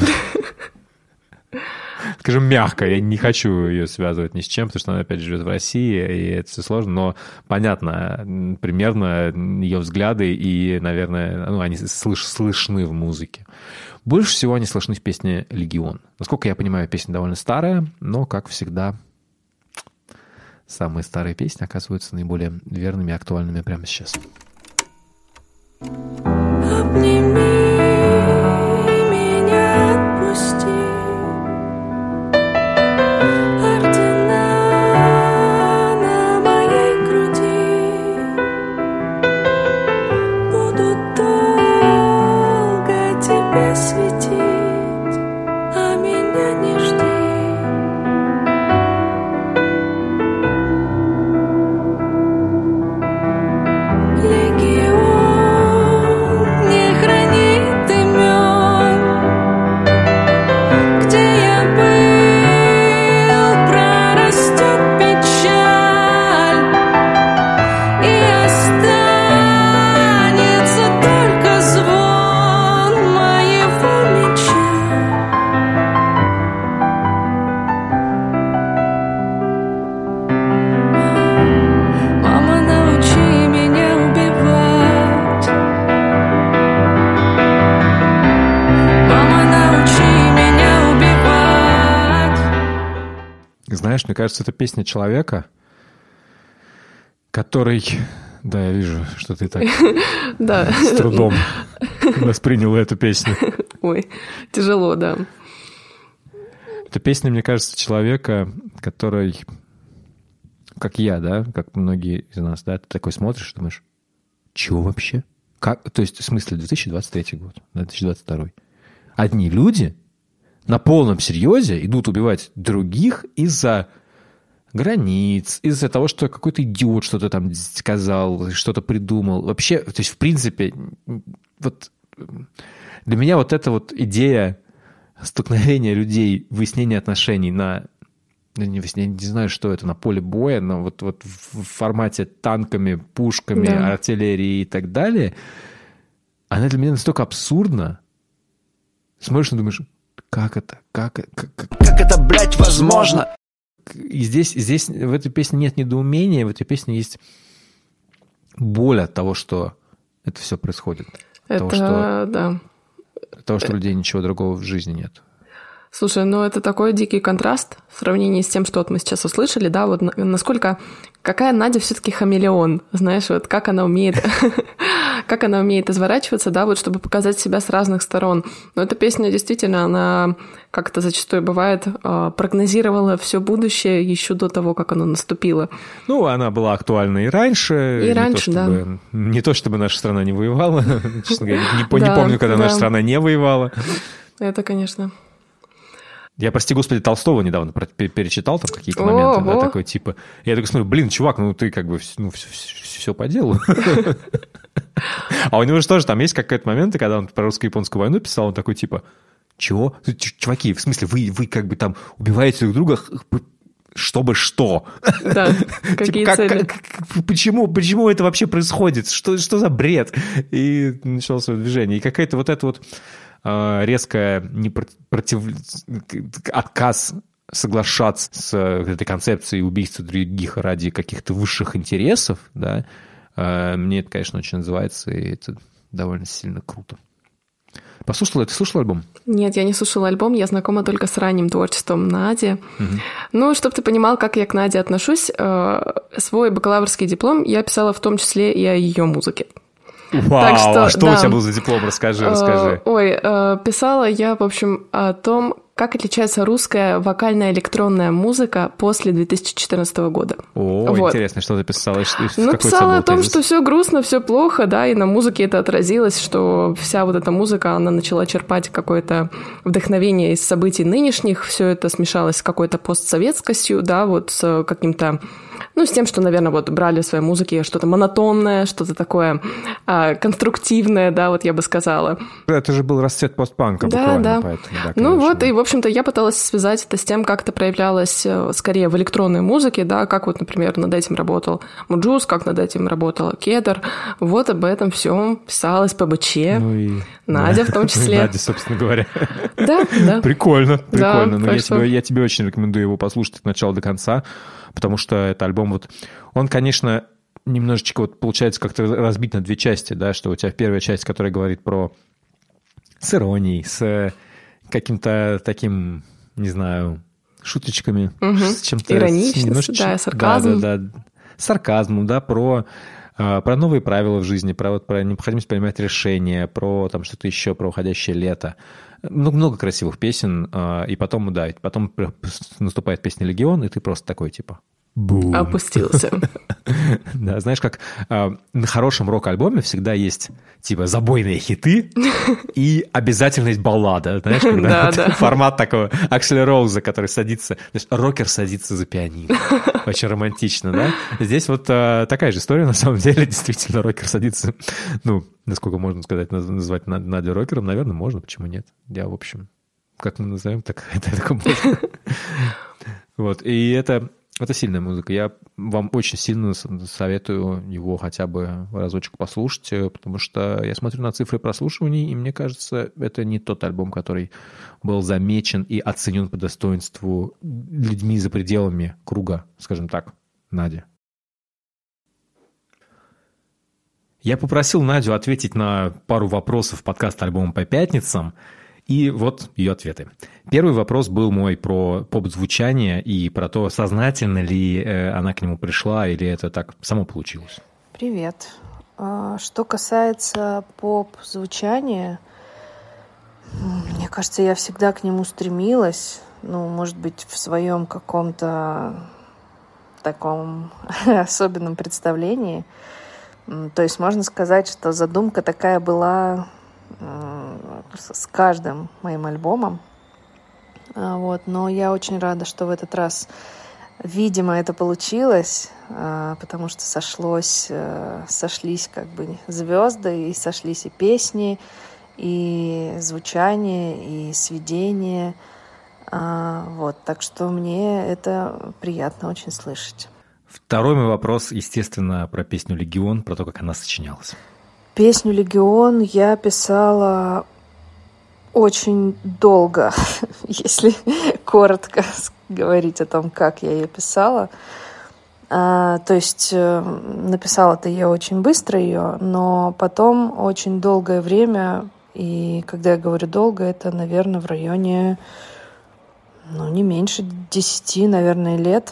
Скажем, мягко, я не хочу ее связывать ни с чем, потому что она опять живет в России, и это все сложно, но понятно, примерно ее взгляды, и, наверное, ну, они слыш, слышны в музыке. Больше всего они слышны в песне «Легион». Насколько я понимаю, песня довольно старая, но, как всегда, самые старые песни оказываются наиболее верными и актуальными прямо сейчас. Обними меня, отпусти. Мне кажется, это песня человека, который... Да, я вижу, что ты так с трудом восприняла эту песню. Ой, тяжело, да. Это песня, мне кажется, человека, который, как я, да, как многие из нас, да, ты такой смотришь, думаешь, чего вообще? Как? То есть, в смысле, две тысячи двадцать третий год, две тысячи двадцать второй. Одни люди на полном серьезе идут убивать других из-за границ, из-за того, что какой-то идиот что-то там сказал, что-то придумал. Вообще, то есть, в принципе, вот для меня вот эта вот идея столкновения людей, выяснения отношений на, не, не знаю, что это, на поле боя, но вот, вот в формате танками, пушками, да. артиллерией и так далее, она для меня настолько абсурдна. Смотришь и думаешь, как это? Как, как, как, как это, блядь, возможно? И здесь, здесь в этой песне нет недоумения, в этой песне есть боль от того, что это все происходит. Это, того, что, да. От того, что у людей ничего другого в жизни нет. Слушай, ну это такой дикий контраст в сравнении с тем, что вот мы сейчас услышали, да, вот насколько, какая Надя все-таки хамелеон, знаешь, вот как она умеет, как она умеет изворачиваться, да, вот чтобы показать себя с разных сторон. Но эта песня действительно, она, как это зачастую бывает, прогнозировала все будущее еще до того, как оно наступило. Ну, она была актуальна и раньше. И не раньше, то, чтобы, да. Не то, чтобы наша страна не воевала, честно говоря, не помню, когда наша страна не воевала. Это, конечно... Я, прости господи, Толстого недавно перечитал там какие-то моменты, да, такой типа... Я такой смотрю, блин, чувак, ну ты как бы ну, все, все по делу. А у него же тоже там есть какой-то момент, когда он про русско-японскую войну писал, он такой типа, чего? Чуваки, в смысле, вы, вы как бы там убиваете друг друга, чтобы что? Да, какие типа, цели? Как, как, почему, почему это вообще происходит? Что, что за бред? И началось свое движение. И какая-то вот эта вот резкая непротив... отказ соглашаться с этой концепцией убийства других ради каких-то высших интересов, да, мне это, конечно, очень называется, и это довольно сильно круто. Послушала? Ты слушала альбом? Нет, я не слушала альбом, я знакома только с ранним творчеством Нади. Угу. Ну, чтобы ты понимал, как я к Наде отношусь, свой бакалаврский диплом я писала в том числе и о ее музыке. Вау, так что, а что да. у тебя был за диплом? Расскажи, расскажи. Ой, писала я, в общем, о том, как отличается русская вокальная электронная музыка после две тысячи четырнадцатого года. О, вот. Интересно, что ты писала? Ну, писала о том, тезис? Что все грустно, все плохо, да, и на музыке это отразилось, что вся вот эта музыка, она начала черпать какое-то вдохновение из событий нынешних, все это смешалось с какой-то постсоветскостью, да, вот с каким-то, ну, с тем, что, наверное, вот брали в своей музыке что-то монотонное, что-то такое а, конструктивное, да, вот я бы сказала. Это же был расцвет постпанка, да, буквально, да. поэтому. Да, ну вот, и, в общем-то, я пыталась связать это с тем, как это проявлялось скорее в электронной музыке, да, как вот, например, над этим работал Муджус, как над этим работала Кедр. Вот об этом всем писалось по бэ че, ну и... Надя да. в том числе. Надя, собственно говоря. Да, да. Прикольно, прикольно. Да, Но я, что... тебе, я тебе очень рекомендую его послушать от начала до конца, потому что это альбом вот... Он, конечно, немножечко вот получается как-то разбит на две части, да, что у тебя первая часть, которая говорит про с иронией, с каким-то таким, не знаю, шуточками, угу. с чем-то... Ироничностью, да, сарказмом. Да, да, да. Сарказмом, да, про... про новые правила в жизни, про, вот, про необходимость принимать решения, про там, что-то еще, про уходящее лето. Много, много красивых песен, и потом, да, потом наступает песня «Легион», и ты просто такой, типа... Бум. Опустился. Да, знаешь, как на хорошем рок-альбоме всегда есть, типа, забойные хиты и обязательно есть баллада, знаешь, когда формат такого Аксель Роуза, который садится, рокер садится за пианино. Очень романтично, да? Здесь вот такая же история, на самом деле, действительно, рокер садится, ну, насколько можно сказать, назвать Надю рокером, наверное, можно, почему нет? Я, в общем, как мы назовем, так это можно. Вот, и это... Это сильная музыка. Я вам очень сильно советую его хотя бы разочек послушать, потому что я смотрю на цифры прослушиваний, и мне кажется, это не тот альбом, который был замечен и оценен по достоинству людьми за пределами круга, скажем так, Нади. Я попросил Надю ответить на пару вопросов подкаста «Альбом по пятницам», и вот ее ответы. Первый вопрос был мой про поп-звучание и про то, сознательно ли она к нему пришла, или это так само получилось. Привет. Что касается поп-звучания, мне кажется, я всегда к нему стремилась. Ну, может быть, в своем каком-то таком особенном представлении. То есть можно сказать, что задумка такая была... с каждым моим альбомом. Вот. Но я очень рада, что в этот раз, видимо, это получилось, потому что сошлось, сошлись как бы звезды, и сошлись и песни, и звучание, и сведение. Вот. Так что мне это приятно очень слышать. Второй мой вопрос, естественно, про песню «Легион», про то, как она сочинялась. Песню «Легион» я писала очень долго, если коротко говорить о том, как я ее писала. А, то есть написала-то я очень быстро ее, но потом очень долгое время, и когда я говорю долго, это, наверное, в районе, ну, не меньше десяти, наверное, лет.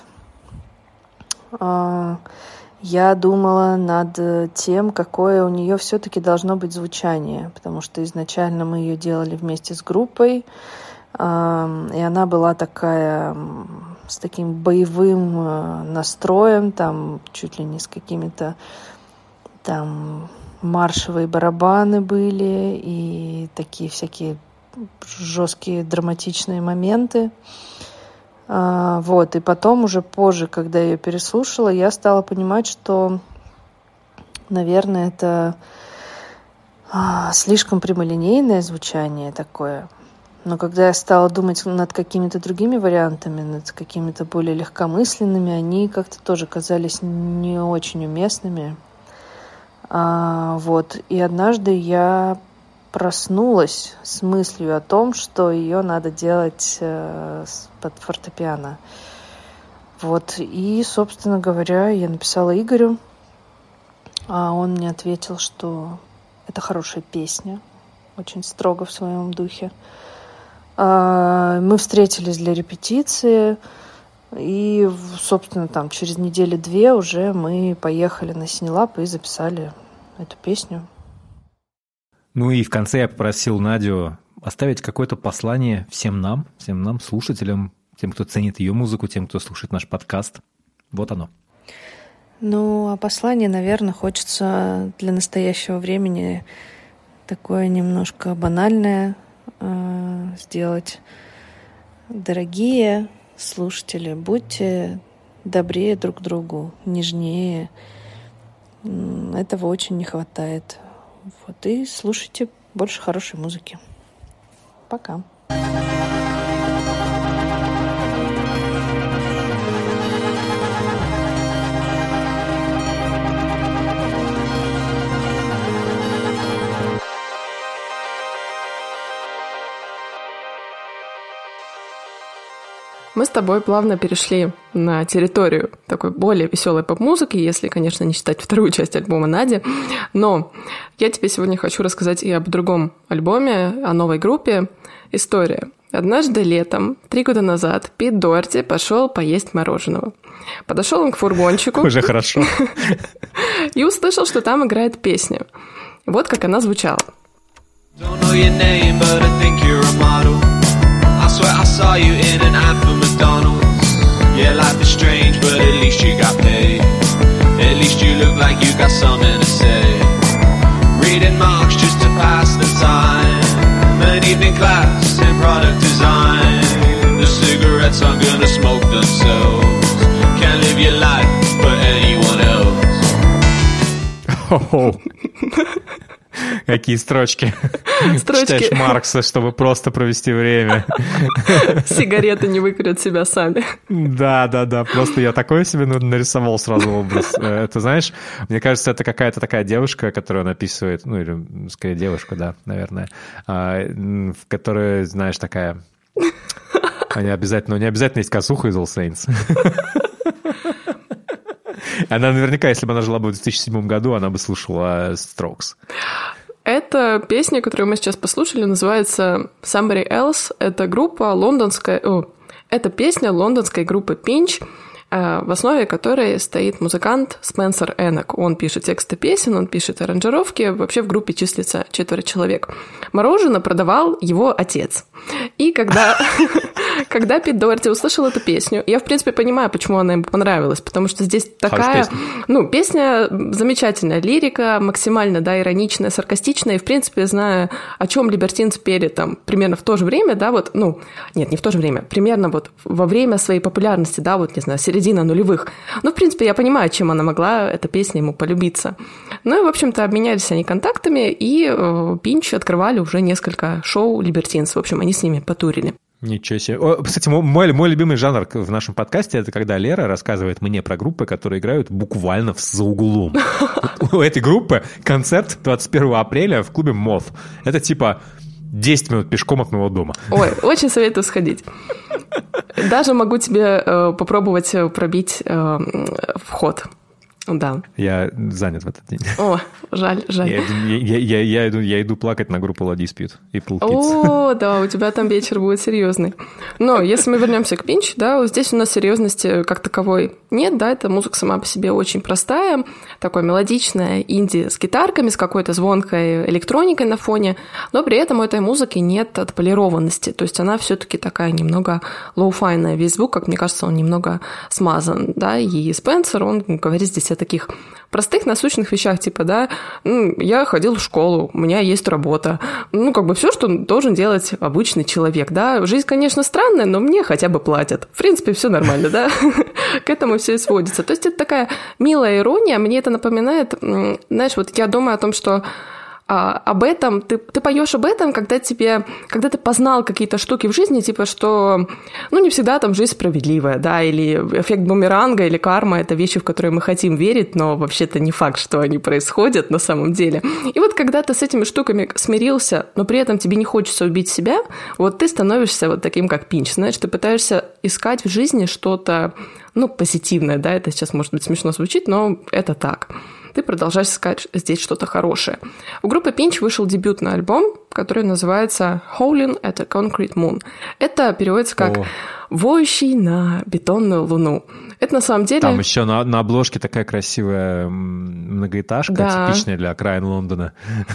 А, Я думала над тем, какое у нее все-таки должно быть звучание, потому что изначально мы ее делали вместе с группой, и она была такая с таким боевым настроем, там чуть ли не с какими-то там маршевые барабаны были и такие всякие жесткие драматичные моменты. А, вот, и потом уже позже, когда я ее переслушала, я стала понимать, что, наверное, это а, слишком прямолинейное звучание такое. Но когда я стала думать над какими-то другими вариантами, над какими-то более легкомысленными, они как-то тоже казались не очень уместными. А, вот, и однажды я проснулась с мыслью о том, что ее надо делать э, под фортепиано. Вот. И, собственно говоря, я написала Игорю, а он мне ответил, что это хорошая песня, очень строго в своем духе. А, мы встретились для репетиции, и, собственно, там через недели-две уже мы поехали на Синелаб и записали эту песню. Ну и в конце я попросил Надю оставить какое-то послание всем нам, всем нам, слушателям, тем, кто ценит ее музыку, тем, кто слушает наш подкаст. Вот оно. Ну, а послание, наверное, хочется для настоящего времени такое немножко банальное э, сделать. Дорогие слушатели, будьте добрее друг к другу, нежнее. Этого очень не хватает. Вот, и слушайте больше хорошей музыки. Пока. Мы с тобой плавно перешли на территорию такой более веселой поп-музыки, если, конечно, не считать вторую часть альбома Нади. Но я тебе сегодня хочу рассказать и об другом альбоме, о новой группе «История». Однажды летом, три года назад, Пит Дуарти пошел поесть мороженого. Подошел он к фургончику. Уже хорошо. И услышал, что там играет песня. Вот как она звучала. I swear I saw you in an ad for McDonald's. Yeah, life is strange, but at least you got paid. At least you look like you got something to say. Reading marks just to pass the time. An evening class in product design. The cigarettes I'm gonna smoke themselves. Can't live your life for anyone else. Какие строчки. Строчки. Читаешь Маркса, чтобы просто провести время. Сигареты не выкурят себя сами. Да, да, да. Просто я такой себе нарисовал сразу образ. Это, знаешь, мне кажется, это какая-то такая девушка, которая написывает, ну, или скорее девушка, да, наверное, в которой, знаешь, такая... Не обязательно, не обязательно есть косуха из All Saints. Она наверняка, если бы она жила бы в две тысячи седьмом году, она бы слушала Strokes. Эта песня, которую мы сейчас послушали, называется Somebody Else. Это группа лондонская... О, это песня лондонской группы Pinch, в основе которой стоит музыкант Спенсер Энок. Он пишет тексты песен, он пишет аранжировки. Вообще в группе числится четверо человек. Мороженое продавал его отец. И когда... Когда Пит Дуарти услышал эту песню, я, в принципе, понимаю, почему она ему понравилась, потому что здесь такая... Ну, песня замечательная, лирика максимально, да, ироничная, саркастичная, и, в принципе, зная, о чем либертинцы пели там примерно в то же время, да, вот, ну, нет, не в то же время, примерно вот во время своей популярности, да, вот, не знаю, середина нулевых. Ну, в принципе, я понимаю, чем она могла, эта песня, ему полюбиться. Ну, и, в общем-то, обменялись они контактами, и э, Пинч открывали уже несколько шоу либертинцев. В общем, они с ними потурили. Ничего себе. О, кстати, мой, мой любимый жанр в нашем подкасте — это когда Лера рассказывает мне про группы, которые играют буквально за углом. У этой группы концерт двадцать первого апреля в клубе Моth. Это типа десять минут пешком от моего дома. Ой, очень советую сходить. Даже могу тебе э, попробовать пробить э, вход. Да. Я занят в этот день. О, жаль, жаль. Я, я, я, я, иду, я иду плакать на группу La Dispute и Pool Kids. О, да, у тебя там вечер будет серьезный. Но если мы вернемся к Pinch, да, вот здесь у нас серьезности как таковой нет, да, эта музыка сама по себе очень простая, такой мелодичная инди с гитарками, с какой-то звонкой электроникой на фоне, но при этом у этой музыки нет отполированности, то есть она все-таки такая немного лоу-файная. Весь звук, как мне кажется, он немного смазан, да, и Спенсер, он говорит здесь о таких простых насущных вещах, типа, да, ну, я ходил в школу, у меня есть работа, ну, как бы все, что должен делать обычный человек, да, жизнь, конечно, странная, но мне хотя бы платят, в принципе, все нормально, да, к этому все и сводится, то есть это такая милая ирония, мне это напоминает, знаешь, вот я думаю о том, что А, об этом, ты, ты поешь об этом, когда тебе, когда ты познал какие-то штуки в жизни, типа, что, ну, не всегда там жизнь справедливая, да, или эффект бумеранга, или карма — это вещи, в которые мы хотим верить, но вообще-то не факт, что они происходят на самом деле. И вот когда ты с этими штуками смирился, но при этом тебе не хочется убить себя, вот ты становишься вот таким, как Pinch, знаешь, ты пытаешься искать в жизни что-то, ну, позитивное, да, это сейчас, может быть, смешно звучит, но это так. Ты продолжаешь искать здесь что-то хорошее. У группы Pinch вышел дебютный альбом, который называется «Howling at a Concrete Moon». Это переводится как О. «Воющий на бетонную луну». Это на самом деле... Там еще на, на обложке такая красивая многоэтажка, да. Типичная для окраин Лондона.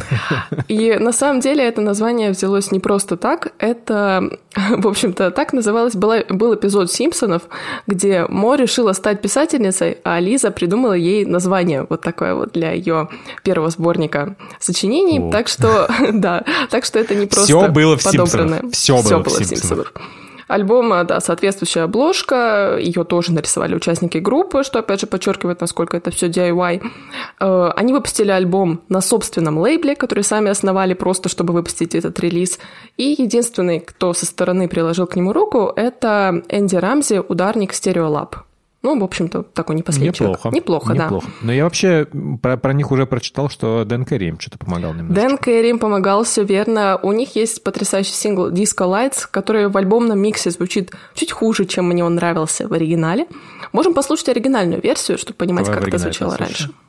И на самом деле это название взялось не просто так. Это, в общем-то, так называлось... Была, был эпизод «Симпсонов», где Мо решила стать писательницей, а Лиза придумала ей название вот такое вот для ее первого сборника сочинений. О. Так что, да, так что это не просто Все было в подобранное. Симпсонах. Все, Все было, было в Симпсонах. Альбома, да, соответствующая обложка, ее тоже нарисовали участники группы, что, опять же, подчеркивает, насколько это все ди ай вай. Они выпустили альбом на собственном лейбле, который сами основали просто, чтобы выпустить этот релиз. И единственный, кто со стороны приложил к нему руку, это Энди Рамзи, ударник Stereolab. Ну, в общем-то, такой не последний Неплохо. человек. Неплохо, да. Неплохо. Но я вообще про, про них уже прочитал, что Дэн Кэрри им что-то помогал немножко. Дэн Кэрри им помогал, все верно. У них есть потрясающий сингл Disco Lights, который в альбомном миксе звучит чуть хуже, чем мне он нравился в оригинале. Можем послушать оригинальную версию, чтобы понимать, Давай как это оригинальную звучало послушаем. раньше.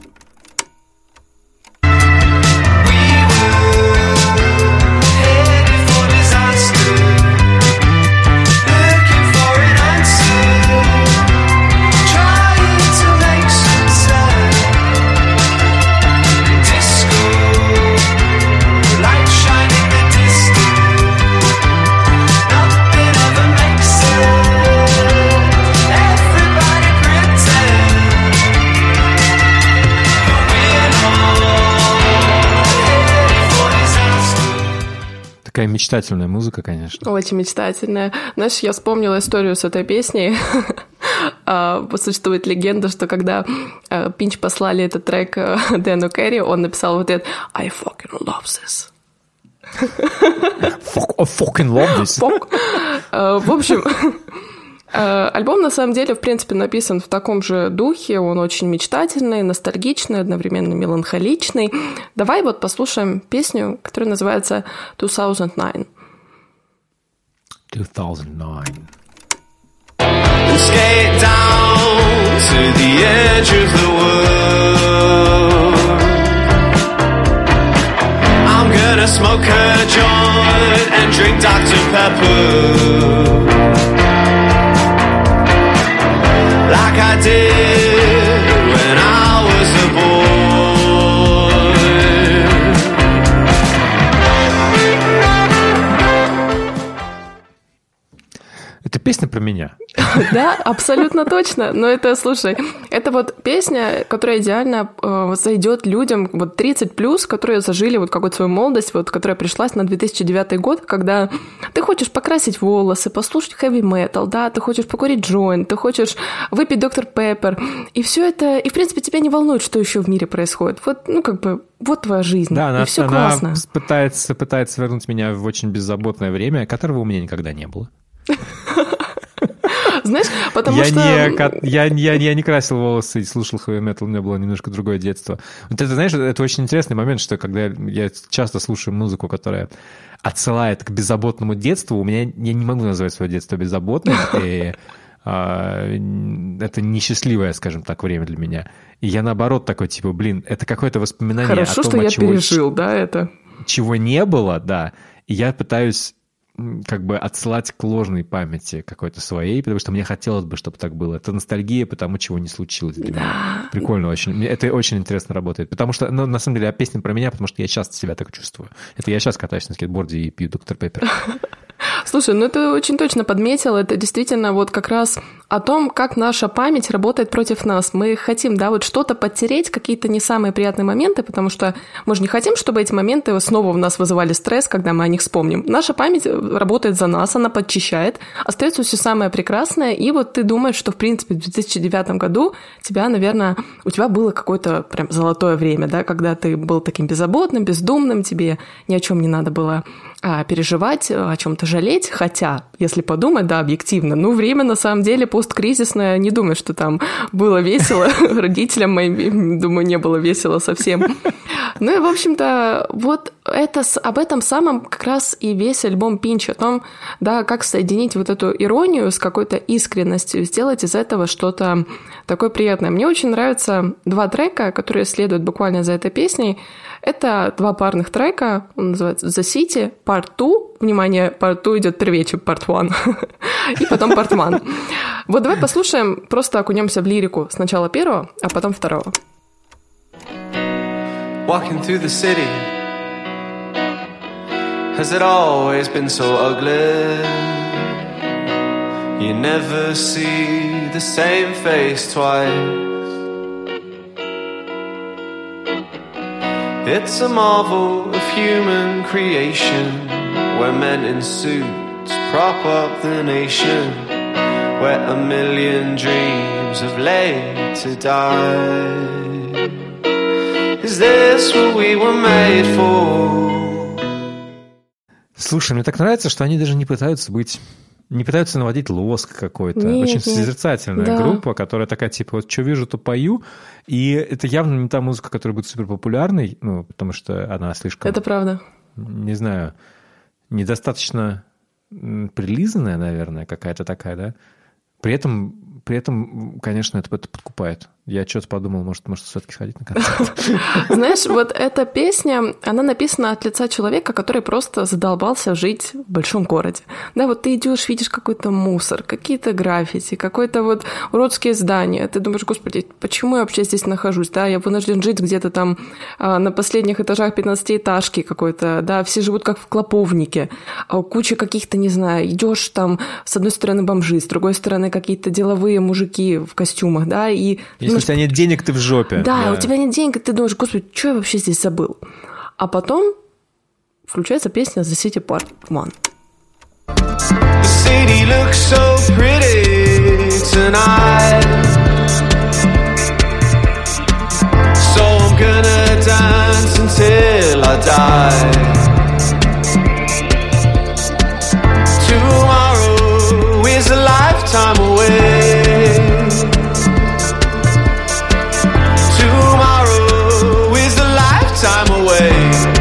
Такая мечтательная музыка, конечно. Очень мечтательная. Знаешь, я вспомнила историю с этой песней. Существует легенда, что когда Пинч послали этот трек Дэну Кэрри, он написал вот это «I fucking love this». Fuck, I fucking love this. Fuck. В общем... Альбом, на самом деле, в принципе, написан в таком же духе. Он очень мечтательный, ностальгичный, одновременно меланхоличный. Давай вот послушаем песню, которая называется two thousand nine. two thousand nine. And skate down to the edge of the world. I'm gonna smoke a joint and drink Doctor Pepper. Like I did when I was a boy. Это песня про меня. Да, абсолютно точно. Но это, слушай, это вот песня, которая идеально э, зайдет людям вот тридцать плюс, которые зажили вот какую-то свою молодость, вот, которая пришлась на две тысячи девятый год, когда ты хочешь покрасить волосы, послушать хэви-метал, да, ты хочешь покурить джойнт, ты хочешь выпить доктор Пеппер, и все это, и в принципе тебя не волнует, что еще в мире происходит. Вот, ну как бы, вот твоя жизнь, да, и она, все она классно. пытается, пытается вернуть меня в очень беззаботное время, которого у меня никогда не было. Знаешь, потому я что... Не, я, я, я не красил волосы и слушал хэви-метал, у меня было немножко другое детство. Вот это, знаешь, это очень интересный момент, что когда я часто слушаю музыку, которая отсылает к беззаботному детству, у меня, я не могу назвать свое детство беззаботным, и а, это несчастливое, скажем так, время для меня. И я, наоборот, такой, типа, блин, это какое-то воспоминание Хорошо, о том, что я чего, пережил, да, это? Чего не было, да, и я пытаюсь как бы отсылать к ложной памяти какой-то своей, потому что мне хотелось бы, чтобы так было. Это ностальгия по тому, чего не случилось для да. меня. Прикольно очень. Это очень интересно работает. Потому что, ну, на самом деле, песня про меня, потому что я часто себя так чувствую. Это я сейчас катаюсь на скейтборде и пью доктор Пеппер. Слушай, ну ты очень точно подметил, это действительно вот как раз о том, как наша память работает против нас. Мы хотим, да, вот что-то подтереть, какие-то не самые приятные моменты, потому что мы же не хотим, чтобы эти моменты снова в нас вызывали стресс, когда мы о них вспомним. Наша память работает за нас, она подчищает, остается все самое прекрасное, и вот ты думаешь, что, в принципе, в две тысячи девятом году тебя, наверное, у тебя было какое-то прям золотое время, да, когда ты был таким беззаботным, бездумным, тебе ни о чем не надо было а, переживать, о чем-то жалеть, хотя, если подумать, да, объективно, ну, время, на самом деле, посткризисное, не думаю, что там было весело, родителям моим, думаю, не было весело совсем. Ну и, в общем-то, вот это, об этом самом как раз и весь альбом Пинч, о том, да, как соединить вот эту иронию с какой-то искренностью, сделать из этого что-то такое приятное. Мне очень нравятся два трека, которые следуют буквально за этой песней. Это два парных трека, он называется «The City», Part два, внимание, Part два идет первее, чем Part один, и потом Part один. Вот давай послушаем, просто окунемся в лирику сначала первого, а потом второго. Walking through the city, has it always been so ugly? You never see the same face twice. It's a marvel of human creation, where men in suits prop up the nation, where a million dreams have laid to die. Is this what we were made for? Слушай, мне так нравится, что они даже не пытаются быть Не пытаются наводить лоск какой-то. Нет, Очень нет. созерцательная Да. группа, которая такая, типа, вот что вижу, то пою. И это явно не та музыка, которая будет суперпопулярной, ну, потому что она слишком, Это правда. не знаю, недостаточно м, прилизанная, наверное, какая-то такая, да? При этом, при этом, конечно, это, это подкупает. Я что-то подумал, может, может все-таки сходить на концерт. Знаешь, вот эта песня, она написана от лица человека, который просто задолбался жить в большом городе. Да, вот ты идешь, видишь какой-то мусор, какие-то граффити, какое-то вот уродские здания. Ты думаешь, господи, почему я вообще здесь нахожусь? Да, я вынужден жить где-то там а, на последних этажах пятнадцатиэтажки какой-то, да, все живут как в клоповнике, а куча каких-то, не знаю, идешь там, с одной стороны бомжи, с другой стороны какие-то деловые мужики в костюмах, да, и... Если у тебя нет денег, ты в жопе. Да, да, у тебя нет денег, и ты думаешь, господи, что я вообще здесь забыл? А потом включается песня «The City Part One». The city looks so pretty tonight, so I'm gonna dance until I die. Tomorrow is a lifetime away. Tomorrow is a lifetime away.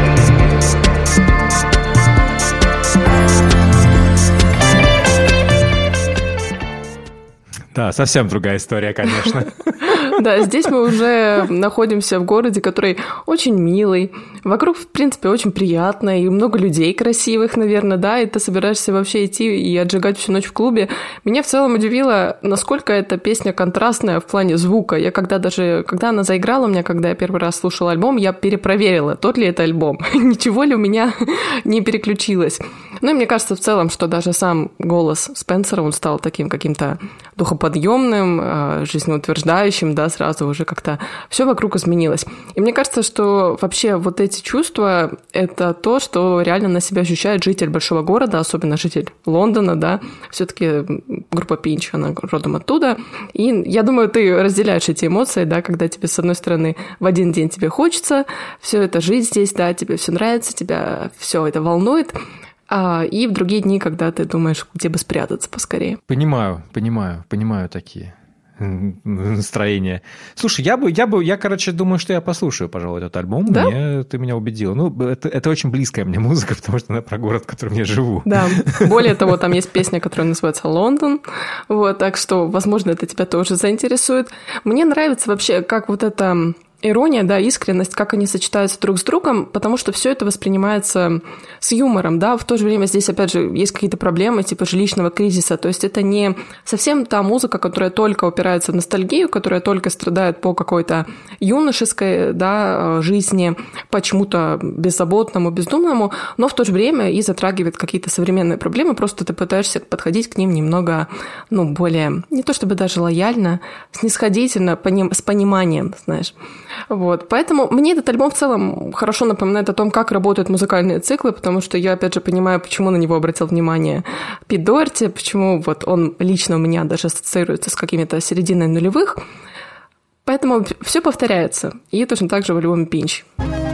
Да, совсем другая история, конечно. Да, здесь мы уже находимся в городе, который очень милый. Вокруг, в принципе, очень приятно, и много людей красивых, наверное, да, и ты собираешься вообще идти и отжигать всю ночь в клубе. Меня в целом удивило, насколько эта песня контрастная в плане звука. Я когда даже, когда она заиграла у меня, когда я первый раз слушала альбом, я перепроверила, тот ли это альбом. Ничего ли у меня не переключилось. Ну и мне кажется в целом, что даже сам голос Спенсера, он стал таким каким-то духоподъемным, жизнеутверждающим, да, сразу уже как-то все вокруг изменилось. И мне кажется, что вообще вот эти чувства — это то, что реально на себя ощущает житель большого города, особенно житель Лондона, да, все-таки группа Пинч, она родом оттуда. И я думаю, ты разделяешь эти эмоции, да, когда тебе, с одной стороны, в один день тебе хочется все это жить здесь, да, тебе все нравится, тебя все это волнует, и в другие дни, когда ты думаешь, где бы спрятаться поскорее. Понимаю, понимаю, понимаю такие настроения. Слушай, я бы, я бы, я, короче, думаю, что я послушаю, пожалуй, этот альбом. Да? Мне, ты меня убедила. Ну, это, это очень близкая мне музыка, потому что она про город, в котором я живу. Да, более того, там есть песня, которая называется «Лондон», вот, так что, возможно, это тебя тоже заинтересует. Мне нравится вообще, как вот это... ирония, да, искренность, как они сочетаются друг с другом, потому что все это воспринимается с юмором, да, в то же время здесь, опять же, есть какие-то проблемы типа жилищного кризиса, то есть это не совсем та музыка, которая только упирается в ностальгию, которая только страдает по какой-то юношеской, да, жизни, почему-то беззаботному, бездумному, но в то же время и затрагивает какие-то современные проблемы, просто ты пытаешься подходить к ним немного, ну, более, не то чтобы даже лояльно, снисходительно, поним, с пониманием, знаешь. Вот, поэтому мне этот альбом в целом хорошо напоминает о том, как работают музыкальные циклы, потому что я, опять же, понимаю, почему на него обратил внимание Пит Доherty, почему вот он лично у меня даже ассоциируется с какими-то серединой нулевых. Поэтому все повторяется. И точно так же в альбоме Пинч.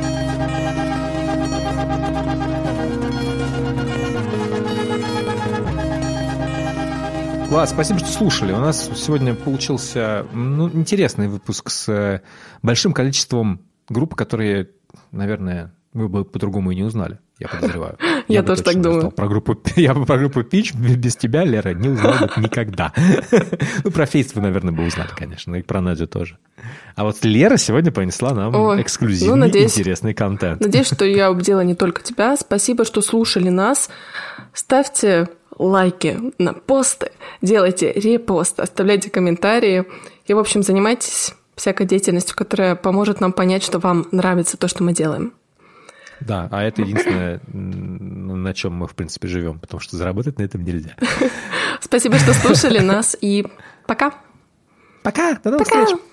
Класс, спасибо, что слушали. У нас сегодня получился, ну, интересный выпуск с большим количеством групп, которые, наверное, вы бы по-другому и не узнали, я подозреваю. Я, я тоже так думаю. Про группу, я бы про группу Pitch без тебя, Лера, не узнал бы никогда. Ну, про Фейс вы, наверное, бы узнали, конечно, и про Надю тоже. А вот Лера сегодня принесла нам Ой, эксклюзивный, ну, надеюсь, интересный контент. Надеюсь, что я убедила не только тебя. Спасибо, что слушали нас. Ставьте лайки на посты, делайте репосты, оставляйте комментарии и, в общем, занимайтесь всякой деятельностью, которая поможет нам понять, что вам нравится то, что мы делаем. Да, а это единственное, на чем мы, в принципе, живем, потому что заработать на этом нельзя. Спасибо, что слушали нас, и пока. Пока, до новых встреч.